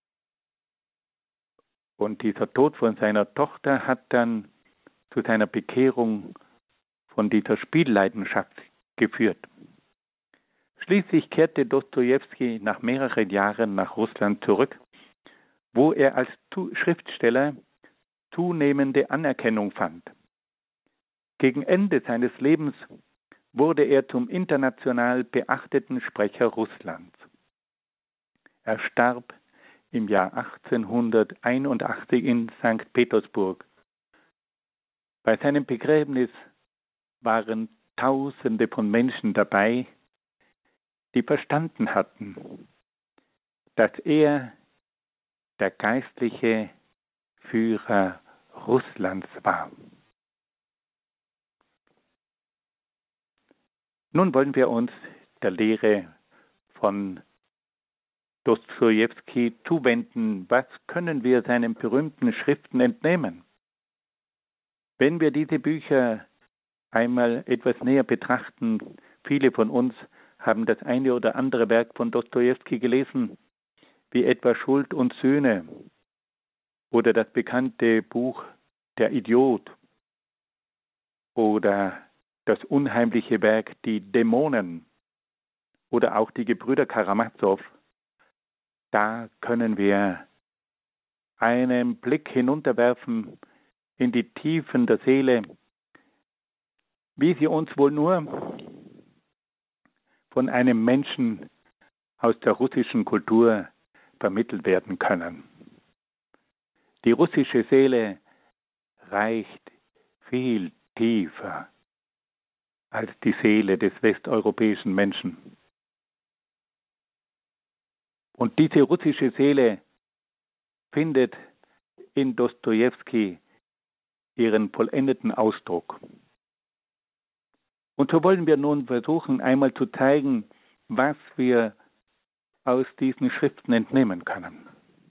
[SPEAKER 2] Und dieser Tod von seiner Tochter hat dann zu seiner Bekehrung von dieser Spielleidenschaft geführt. Schließlich kehrte Dostojewski nach mehreren Jahren nach Russland zurück, wo er als Schriftsteller zunehmende Anerkennung fand. Gegen Ende seines Lebens wurde er zum international beachteten Sprecher Russlands. Er starb im Jahr achtzehnhunderteinundachtzig in Sankt Petersburg. Bei seinem Begräbnis waren Tausende von Menschen dabei, die verstanden hatten, dass er der geistliche Führer Russlands war. Nun wollen wir uns der Lehre von Dostojewski zuwenden. Was können wir seinen berühmten Schriften entnehmen? Wenn wir diese Bücher einmal etwas näher betrachten, viele von uns haben das eine oder andere Werk von Dostojewski gelesen. wie etwa Schuld und Sühne oder das bekannte Buch Der Idiot oder das unheimliche Werk Die Dämonen oder auch die Gebrüder Karamazow, da können wir einen Blick hinunterwerfen in die Tiefen der Seele, wie sie uns wohl nur von einem Menschen aus der russischen Kultur vermittelt werden können. Die russische Seele reicht viel tiefer als die Seele des westeuropäischen Menschen. Und diese russische Seele findet in Dostojewski ihren vollendeten Ausdruck. Und so wollen wir nun versuchen, einmal zu zeigen, was wir aus diesen Schriften entnehmen können.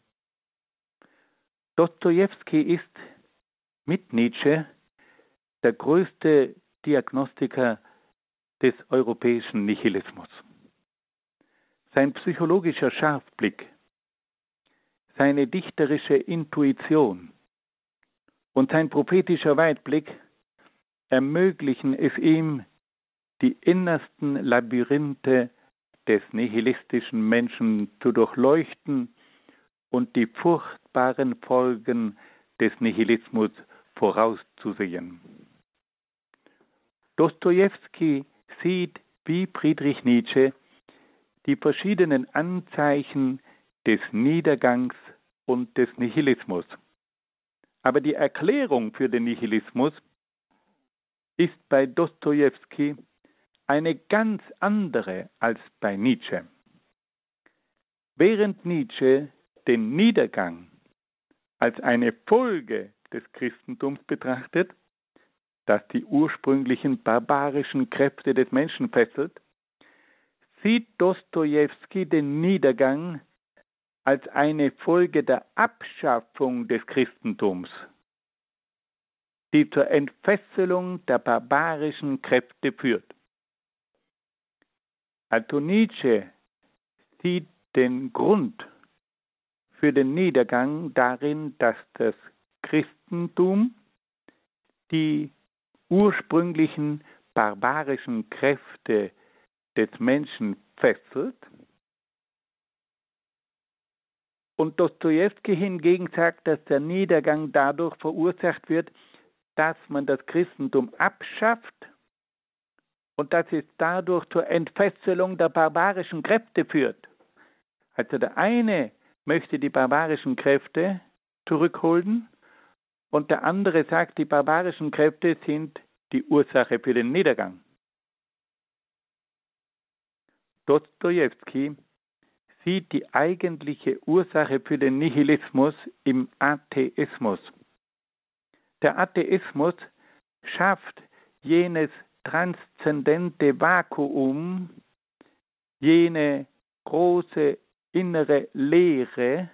[SPEAKER 2] Dostojewski ist mit Nietzsche der größte Diagnostiker des europäischen Nihilismus. Sein psychologischer Scharfblick, seine dichterische Intuition und sein prophetischer Weitblick ermöglichen es ihm, die innersten Labyrinthe des nihilistischen Menschen zu durchleuchten und die furchtbaren Folgen des Nihilismus vorauszusehen. Dostojewski sieht wie Friedrich Nietzsche die verschiedenen Anzeichen des Niedergangs und des Nihilismus. Aber die Erklärung für den Nihilismus ist bei Dostojewski eine ganz andere als bei Nietzsche. Während Nietzsche den Niedergang als eine Folge des Christentums betrachtet, das die ursprünglichen barbarischen Kräfte des Menschen fesselt, sieht Dostojewski den Niedergang als eine Folge der Abschaffung des Christentums, die zur Entfesselung der barbarischen Kräfte führt. Also Nietzsche sieht den Grund für den Niedergang darin, dass das Christentum die ursprünglichen barbarischen Kräfte des Menschen fesselt. Und Dostojewski hingegen sagt, dass der Niedergang dadurch verursacht wird, dass man das Christentum abschafft und dass es dadurch zur Entfesselung der barbarischen Kräfte führt. Also der eine möchte die barbarischen Kräfte zurückholen und der andere sagt, die barbarischen Kräfte sind die Ursache für den Niedergang. Dostojewski sieht die eigentliche Ursache für den Nihilismus im Atheismus. Der Atheismus schafft jenes transzendente Vakuum, jene große innere Leere,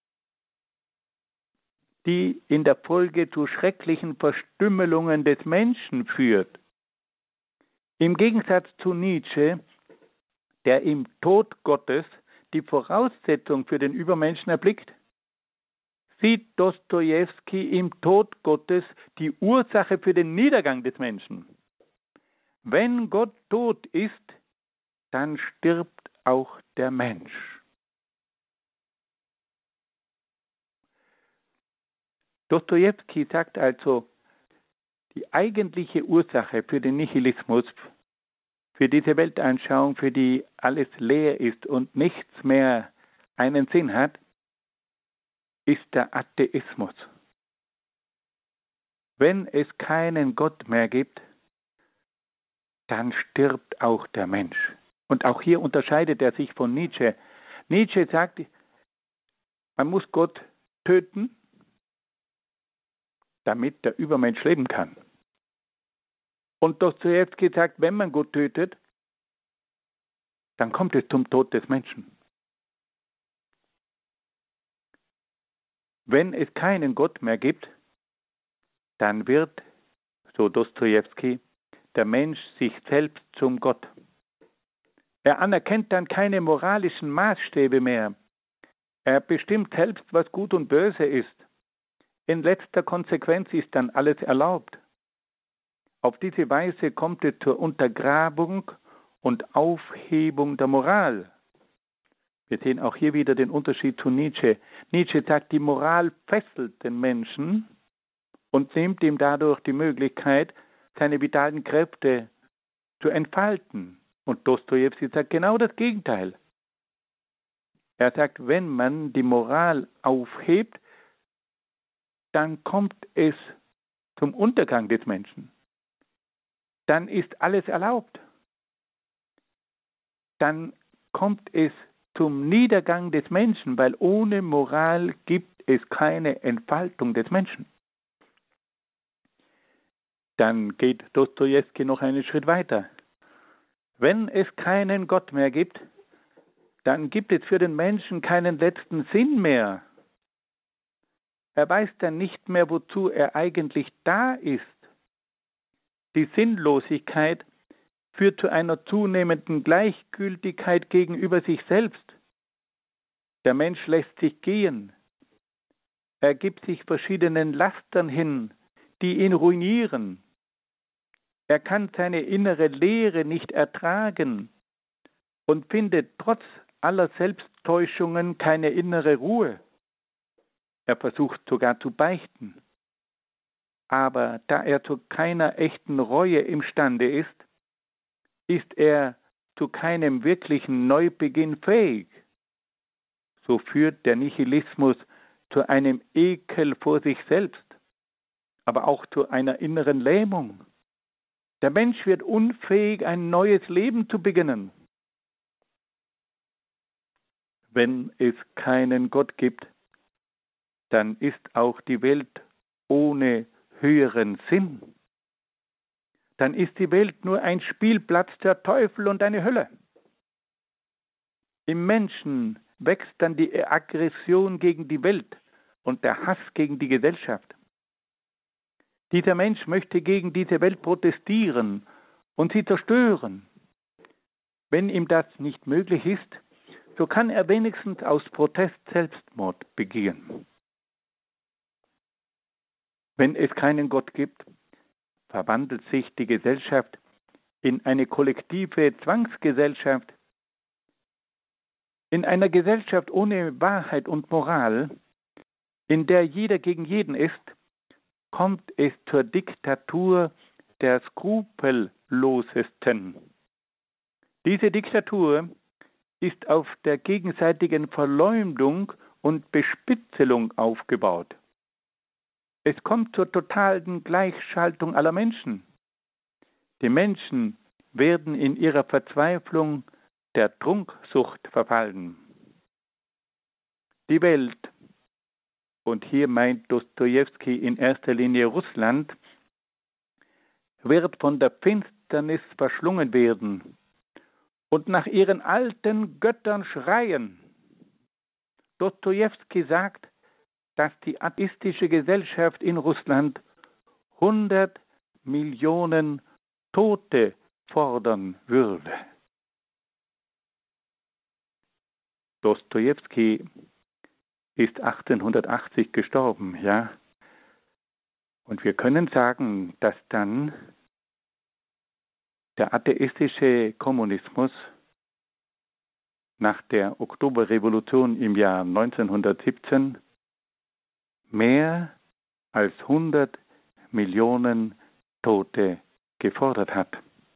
[SPEAKER 2] die in der Folge zu schrecklichen Verstümmelungen des Menschen führt. Im Gegensatz zu Nietzsche, der im Tod Gottes die Voraussetzung für den Übermenschen erblickt, sieht Dostojewski im Tod Gottes die Ursache für den Niedergang des Menschen. Wenn Gott tot ist, dann stirbt auch der Mensch. Dostojewski sagt also, die eigentliche Ursache für den Nihilismus, für diese Weltanschauung, für die alles leer ist und nichts mehr einen Sinn hat, ist der Atheismus. Wenn es keinen Gott mehr gibt, dann stirbt auch der Mensch. Und auch hier unterscheidet er sich von Nietzsche. Nietzsche sagt, man muss Gott töten, damit der Übermensch leben kann. Und Dostojewski sagt, wenn man Gott tötet, dann kommt es zum Tod des Menschen. Wenn es keinen Gott mehr gibt, dann wird, so Dostojewski, der Mensch sich selbst zum Gott. Er anerkennt dann keine moralischen Maßstäbe mehr. Er bestimmt selbst, was gut und böse ist. In letzter Konsequenz ist dann alles erlaubt. Auf diese Weise kommt es zur Untergrabung und Aufhebung der Moral. Wir sehen auch hier wieder den Unterschied zu Nietzsche. Nietzsche sagt, die Moral fesselt den Menschen und nimmt ihm dadurch die Möglichkeit, seine vitalen Kräfte zu entfalten. Und Dostojewski sagt genau das Gegenteil. Er sagt, wenn man die Moral aufhebt, dann kommt es zum Untergang des Menschen. Dann ist alles erlaubt. Dann kommt es zum Niedergang des Menschen, weil ohne Moral gibt es keine Entfaltung des Menschen. Dann geht Dostojewski noch einen Schritt weiter. Wenn es keinen Gott mehr gibt, dann gibt es für den Menschen keinen letzten Sinn mehr. Er weiß dann nicht mehr, wozu er eigentlich da ist. Die Sinnlosigkeit führt zu einer zunehmenden Gleichgültigkeit gegenüber sich selbst. Der Mensch lässt sich gehen. Er gibt sich verschiedenen Lastern hin, die ihn ruinieren. Er kann seine innere Leere nicht ertragen und findet trotz aller Selbsttäuschungen keine innere Ruhe. Er versucht sogar zu beichten. Aber da er zu keiner echten Reue imstande ist, ist er zu keinem wirklichen Neubeginn fähig. So führt der Nihilismus zu einem Ekel vor sich selbst, aber auch zu einer inneren Lähmung. Der Mensch wird unfähig, ein neues Leben zu beginnen. Wenn es keinen Gott gibt, dann ist auch die Welt ohne höheren Sinn. Dann ist die Welt nur ein Spielplatz der Teufel und eine Hölle. Im Menschen wächst dann die Aggression gegen die Welt und der Hass gegen die Gesellschaft. Dieser Mensch möchte gegen diese Welt protestieren und sie zerstören. Wenn ihm das nicht möglich ist, so kann er wenigstens aus Protest Selbstmord begehen. Wenn es keinen Gott gibt, verwandelt sich die Gesellschaft in eine kollektive Zwangsgesellschaft. In einer Gesellschaft ohne Wahrheit und Moral, in der jeder gegen jeden ist, kommt es zur Diktatur der Skrupellosesten. Diese Diktatur ist auf der gegenseitigen Verleumdung und Bespitzelung aufgebaut. Es kommt zur totalen Gleichschaltung aller Menschen. Die Menschen werden in ihrer Verzweiflung der Trunksucht verfallen. Die Welt, und hier meint Dostojewski in erster Linie Russland, wird von der Finsternis verschlungen werden und nach ihren alten Göttern schreien. Dostojewski sagt, dass die atheistische Gesellschaft in Russland hundert Millionen Tote fordern würde. Dostojewski ist achtzehnhundertachtzig gestorben, ja. Und wir können sagen, dass dann der atheistische Kommunismus nach der Oktoberrevolution im Jahr neunzehnhundertsiebzehn mehr als hundert Millionen Tote gefordert hat.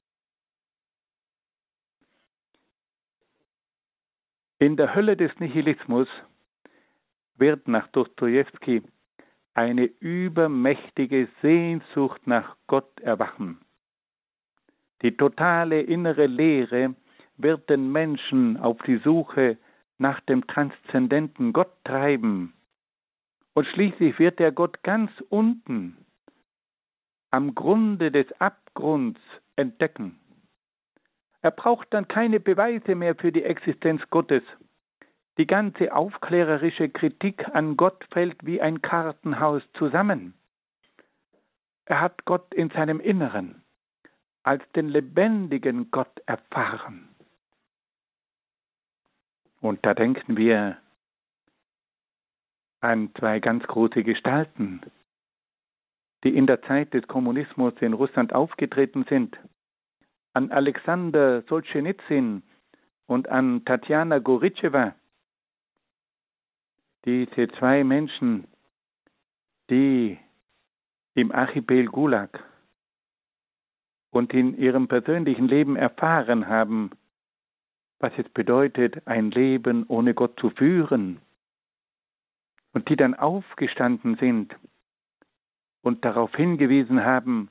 [SPEAKER 2] In der Hölle des Nihilismus wird nach Dostojewski eine übermächtige Sehnsucht nach Gott erwachen. Die totale innere Leere wird den Menschen auf die Suche nach dem transzendenten Gott treiben. Und schließlich wird der Gott ganz unten, am Grunde des Abgrunds entdecken. Er braucht dann keine Beweise mehr für die Existenz Gottes. Die ganze aufklärerische Kritik an Gott fällt wie ein Kartenhaus zusammen. Er hat Gott in seinem Inneren als den lebendigen Gott erfahren. Und da denken wir an zwei ganz große Gestalten, die in der Zeit des Kommunismus in Russland aufgetreten sind, an Alexander Solschenizyn und an Tatjana Goritschewa. Diese zwei Menschen, die im Archipel Gulag und in ihrem persönlichen Leben erfahren haben, was es bedeutet, ein Leben ohne Gott zu führen, und die dann aufgestanden sind und darauf hingewiesen haben,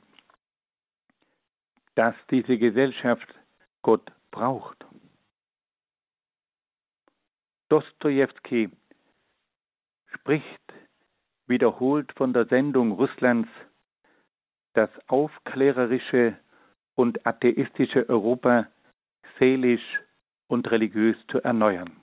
[SPEAKER 2] dass diese Gesellschaft Gott braucht. Dostojewski spricht wiederholt von der Sendung Russlands, das aufklärerische und atheistische Europa seelisch und religiös zu erneuern.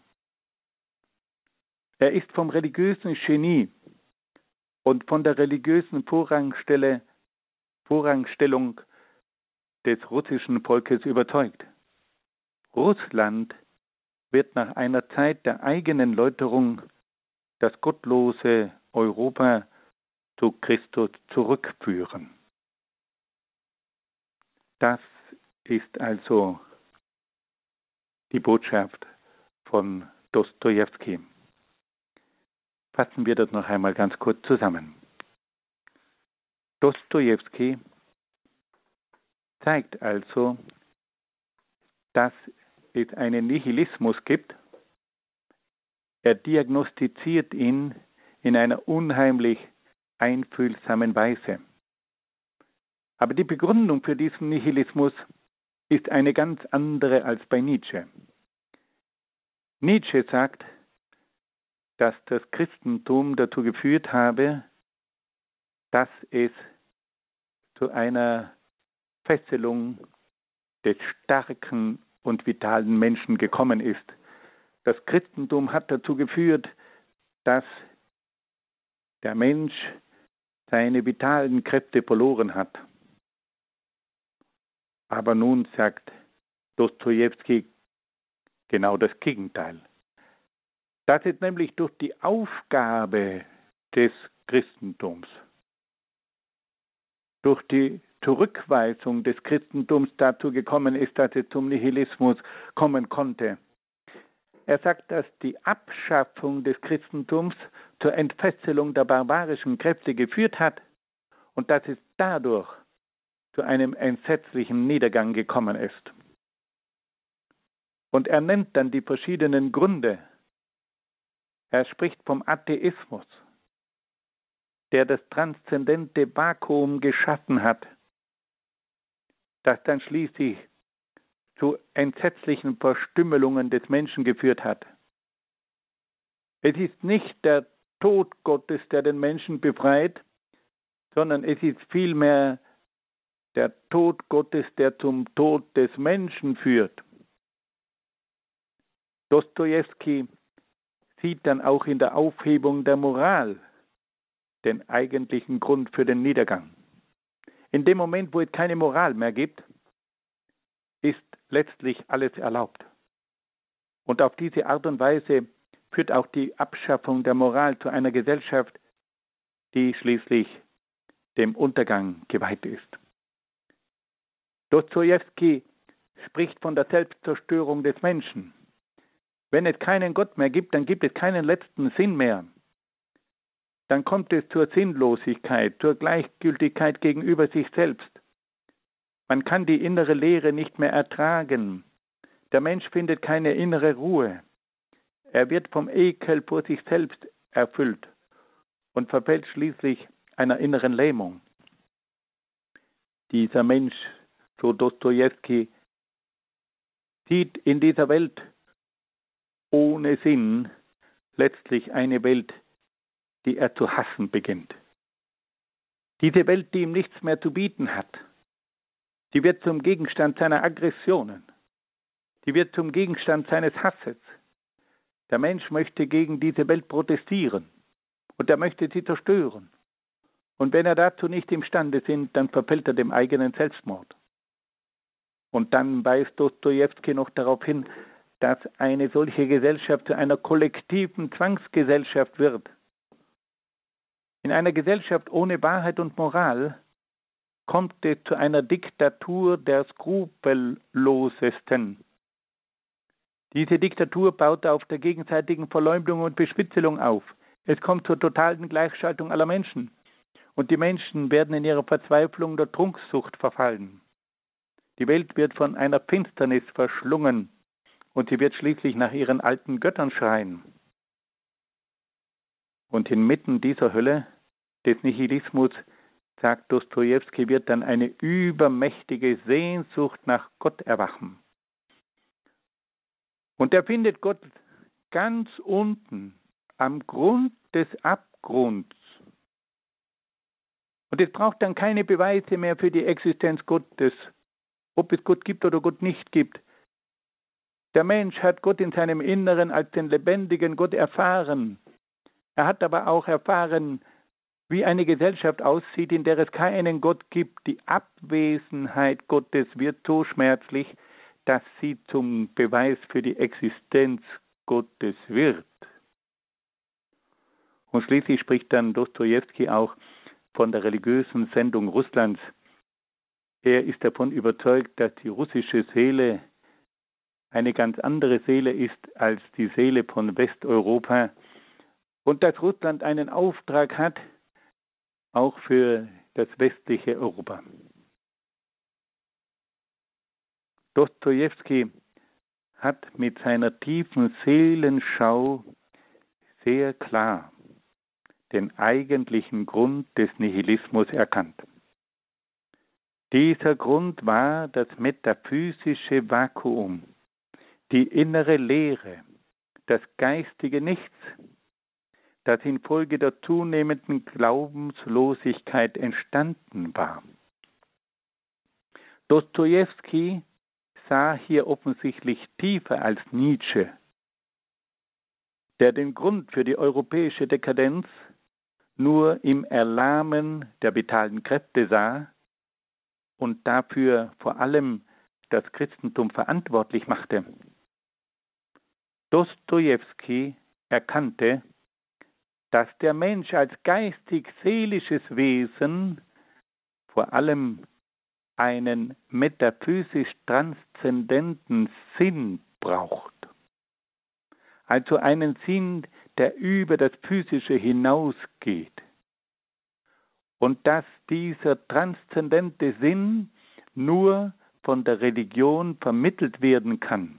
[SPEAKER 2] Er ist vom religiösen Genie und von der religiösen Vorrangstelle, Vorrangstellung des russischen Volkes überzeugt. Russland wird nach einer Zeit der eigenen Läuterung das gottlose Europa zu Christus zurückführen. Das ist also die Botschaft von Dostojewski. Fassen wir das noch einmal ganz kurz zusammen. Dostojewski zeigt also, dass es einen Nihilismus gibt. Er diagnostiziert ihn in einer unheimlich einfühlsamen Weise. Aber die Begründung für diesen Nihilismus ist eine ganz andere als bei Nietzsche. Nietzsche sagt, dass das Christentum dazu geführt habe, dass es zu einer Fesselung des starken und vitalen Menschen gekommen ist. Das Christentum hat dazu geführt, dass der Mensch seine vitalen Kräfte verloren hat. Aber nun sagt Dostojewski genau das Gegenteil. Das ist nämlich durch die Aufgabe des Christentums, durch die Zurückweisung des Christentums dazu gekommen ist, dass es zum Nihilismus kommen konnte. Er sagt, dass die Abschaffung des Christentums zur Entfesselung der barbarischen Kräfte geführt hat und dass es dadurch zu einem entsetzlichen Niedergang gekommen ist. Und er nennt dann die verschiedenen Gründe. Er spricht vom Atheismus, der das transzendente Vakuum geschaffen hat, das dann schließlich zu entsetzlichen Verstümmelungen des Menschen geführt hat. Es ist nicht der Tod Gottes, der den Menschen befreit, sondern es ist vielmehr der Tod Gottes, der zum Tod des Menschen führt. Dostojewski sieht dann auch in der Aufhebung der Moral den eigentlichen Grund für den Niedergang. In dem Moment, wo es keine Moral mehr gibt, ist letztlich alles erlaubt. Und auf diese Art und Weise führt auch die Abschaffung der Moral zu einer Gesellschaft, die schließlich dem Untergang geweiht ist. Dostojewski spricht von der Selbstzerstörung des Menschen. Wenn es keinen Gott mehr gibt, dann gibt es keinen letzten Sinn mehr. Dann kommt es zur Sinnlosigkeit, zur Gleichgültigkeit gegenüber sich selbst. Man kann die innere Leere nicht mehr ertragen. Der Mensch findet keine innere Ruhe. Er wird vom Ekel vor sich selbst erfüllt und verfällt schließlich einer inneren Lähmung. Dieser Mensch, so Dostojewski, sieht in dieser Welt ohne Sinn letztlich eine Welt, die er zu hassen beginnt. Diese Welt, die ihm nichts mehr zu bieten hat, die wird zum Gegenstand seiner Aggressionen, die wird zum Gegenstand seines Hasses. Der Mensch möchte gegen diese Welt protestieren und er möchte sie zerstören. Und wenn er dazu nicht imstande ist, dann verfällt er dem eigenen Selbstmord. Und dann weist Dostojewski noch darauf hin, dass eine solche Gesellschaft zu einer kollektiven Zwangsgesellschaft wird. In einer Gesellschaft ohne Wahrheit und Moral kommt es zu einer Diktatur der Skrupellosesten. Diese Diktatur baut auf der gegenseitigen Verleumdung und Bespitzelung auf. Es kommt zur totalen Gleichschaltung aller Menschen. Und die Menschen werden in ihrer Verzweiflung der Trunksucht verfallen. Die Welt wird von einer Finsternis verschlungen und sie wird schließlich nach ihren alten Göttern schreien. Und inmitten dieser Hölle des Nihilismus, sagt Dostojewski, wird dann eine übermächtige Sehnsucht nach Gott erwachen. Und er findet Gott ganz unten, am Grund des Abgrunds. Und es braucht dann keine Beweise mehr für die Existenz Gottes, ob es Gott gibt oder Gott nicht gibt. Der Mensch hat Gott in seinem Inneren als den lebendigen Gott erfahren. Er hat aber auch erfahren, wie eine Gesellschaft aussieht, in der es keinen Gott gibt. Die Abwesenheit Gottes wird so schmerzlich, dass sie zum Beweis für die Existenz Gottes wird. Und schließlich spricht dann Dostojewski auch von der religiösen Sendung Russlands. Er ist davon überzeugt, dass die russische Seele eine ganz andere Seele ist als die Seele von Westeuropa und dass Russland einen Auftrag hat, auch für das westliche Europa. Dostojewski hat mit seiner tiefen Seelenschau sehr klar den eigentlichen Grund des Nihilismus erkannt. Dieser Grund war das metaphysische Vakuum, die innere Leere, das geistige Nichts, das infolge der zunehmenden Glaubenslosigkeit entstanden war. Dostojewski sah hier offensichtlich tiefer als Nietzsche, der den Grund für die europäische Dekadenz nur im Erlahmen der vitalen Kräfte sah und dafür vor allem das Christentum verantwortlich machte. Dostojewski erkannte, dass der Mensch als geistig-seelisches Wesen vor allem einen metaphysisch transzendenten Sinn braucht. Also einen Sinn, der über das Physische hinausgeht. Und dass dieser transzendente Sinn nur von der Religion vermittelt werden kann.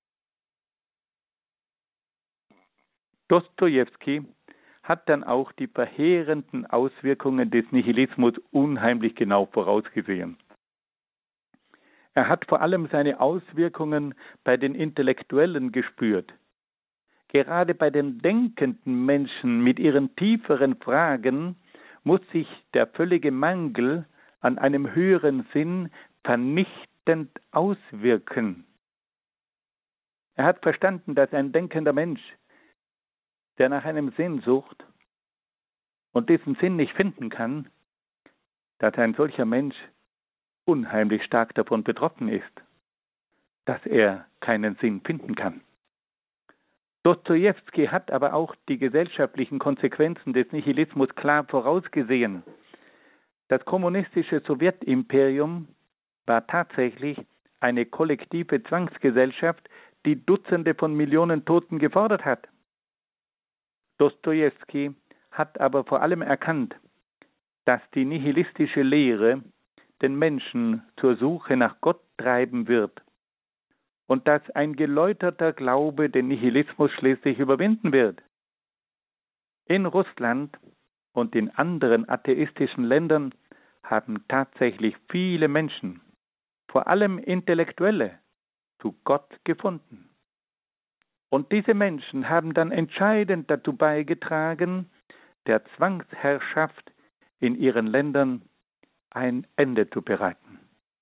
[SPEAKER 2] Dostojewski hat dann auch die verheerenden Auswirkungen des Nihilismus unheimlich genau vorausgesehen. Er hat vor allem seine Auswirkungen bei den Intellektuellen gespürt. Gerade bei den denkenden Menschen mit ihren tieferen Fragen muss sich der völlige Mangel an einem höheren Sinn vernichtend auswirken. Er hat verstanden, dass ein denkender Mensch, der nach einem Sinn sucht und diesen Sinn nicht finden kann, dass ein solcher Mensch unheimlich stark davon betroffen ist, dass er keinen Sinn finden kann. Dostojewski hat aber auch die gesellschaftlichen Konsequenzen des Nihilismus klar vorausgesehen. Das kommunistische Sowjetimperium war tatsächlich eine kollektive Zwangsgesellschaft, die Dutzende von Millionen Toten gefordert hat. Dostojewski hat aber vor allem erkannt, dass die nihilistische Lehre den Menschen zur Suche nach Gott treiben wird und dass ein geläuterter Glaube den Nihilismus schließlich überwinden wird. In Russland und in anderen atheistischen Ländern haben tatsächlich viele Menschen, vor allem Intellektuelle, zu Gott gefunden. Und diese Menschen haben dann entscheidend dazu beigetragen, der Zwangsherrschaft in ihren Ländern ein Ende zu bereiten.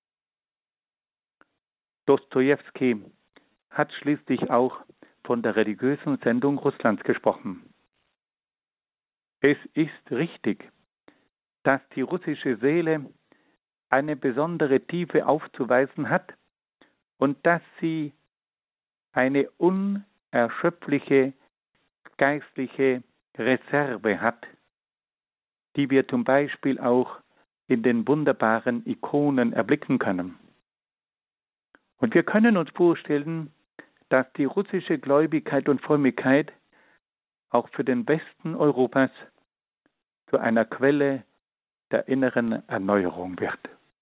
[SPEAKER 2] Dostojewski hat schließlich auch von der religiösen Sendung Russlands gesprochen. Es ist richtig, dass die russische Seele eine besondere Tiefe aufzuweisen hat und dass sie eine unerschöpfliche geistliche Reserve hat. die wir zum Beispiel auch in den wunderbaren Ikonen erblicken können. Und wir können uns vorstellen, dass die russische Gläubigkeit und Frömmigkeit auch für den Westen Europas zu einer Quelle der inneren Erneuerung wird.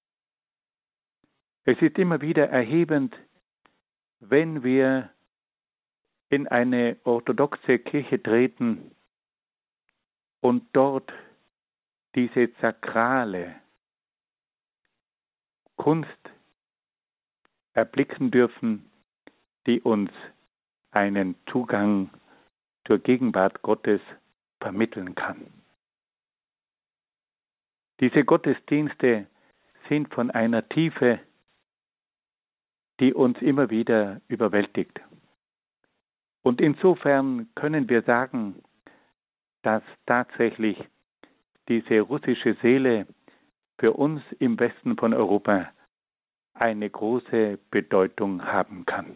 [SPEAKER 2] Es ist immer wieder erhebend, wenn wir in eine orthodoxe Kirche treten und dort diese sakrale Kunst erblicken dürfen, die uns einen Zugang zur Gegenwart Gottes vermitteln kann. Diese Gottesdienste sind von einer Tiefe, die uns immer wieder überwältigt. Und insofern können wir sagen, dass tatsächlich diese russische Seele für uns im Westen von Europa eine große Bedeutung haben kann.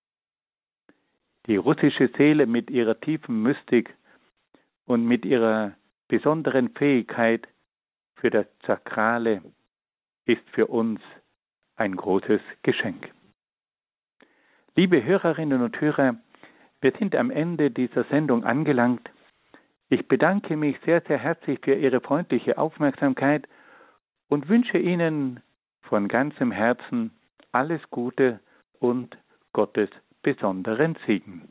[SPEAKER 2] Die russische Seele mit ihrer tiefen Mystik und mit ihrer besonderen Fähigkeit für das Sakrale ist für uns ein großes Geschenk. Liebe Hörerinnen und Hörer, wir sind am Ende dieser Sendung angelangt. Ich bedanke mich sehr, sehr herzlich für Ihre freundliche Aufmerksamkeit und wünsche Ihnen von ganzem Herzen alles Gute und Gottes besonderen Segen.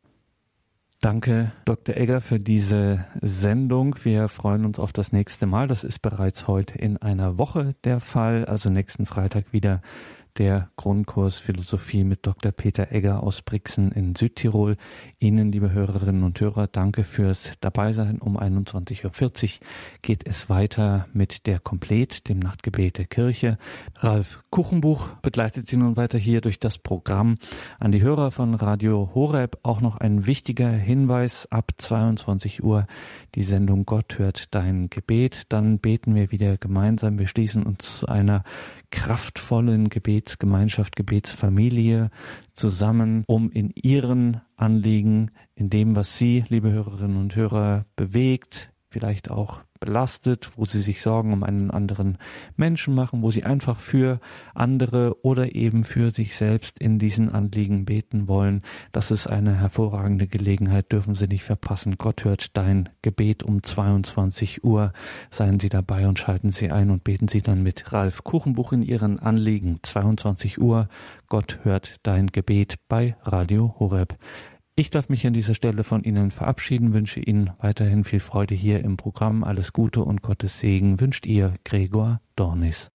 [SPEAKER 1] Danke, Doktor Egger, für diese Sendung. Wir freuen uns auf das nächste Mal. Das ist bereits heute in einer Woche der Fall, also nächsten Freitag wieder der Grundkurs Philosophie mit Doktor Peter Egger aus Brixen in Südtirol. Ihnen, liebe Hörerinnen und Hörer, danke fürs Dabeisein. Um einundzwanzig Uhr vierzig geht es weiter mit der Komplet, dem Nachtgebet der Kirche. Ralf Kuchenbuch begleitet Sie nun weiter hier durch das Programm. An die Hörer von Radio Horeb auch noch ein wichtiger Hinweis: ab zweiundzwanzig Uhr die Sendung Gott hört dein Gebet. Dann beten wir wieder gemeinsam. Wir schließen uns zu einer kraftvollen Gebetsgemeinschaft, Gebetsfamilie zusammen, um in ihren Anliegen, in dem, was Sie, liebe Hörerinnen und Hörer, bewegt, vielleicht auch belastet, wo Sie sich Sorgen um einen anderen Menschen machen, wo Sie einfach für andere oder eben für sich selbst in diesen Anliegen beten wollen. Das ist eine hervorragende Gelegenheit, dürfen Sie nicht verpassen. Gott hört dein Gebet um zweiundzwanzig Uhr. Seien Sie dabei und schalten Sie ein und beten Sie dann mit Ralf Kuchenbuch in Ihren Anliegen. zweiundzwanzig Uhr, Gott hört dein Gebet bei Radio Horeb. Ich darf mich an dieser Stelle von Ihnen verabschieden, wünsche Ihnen weiterhin viel Freude hier im Programm. Alles Gute und Gottes Segen wünscht Ihr Gregor Dornis.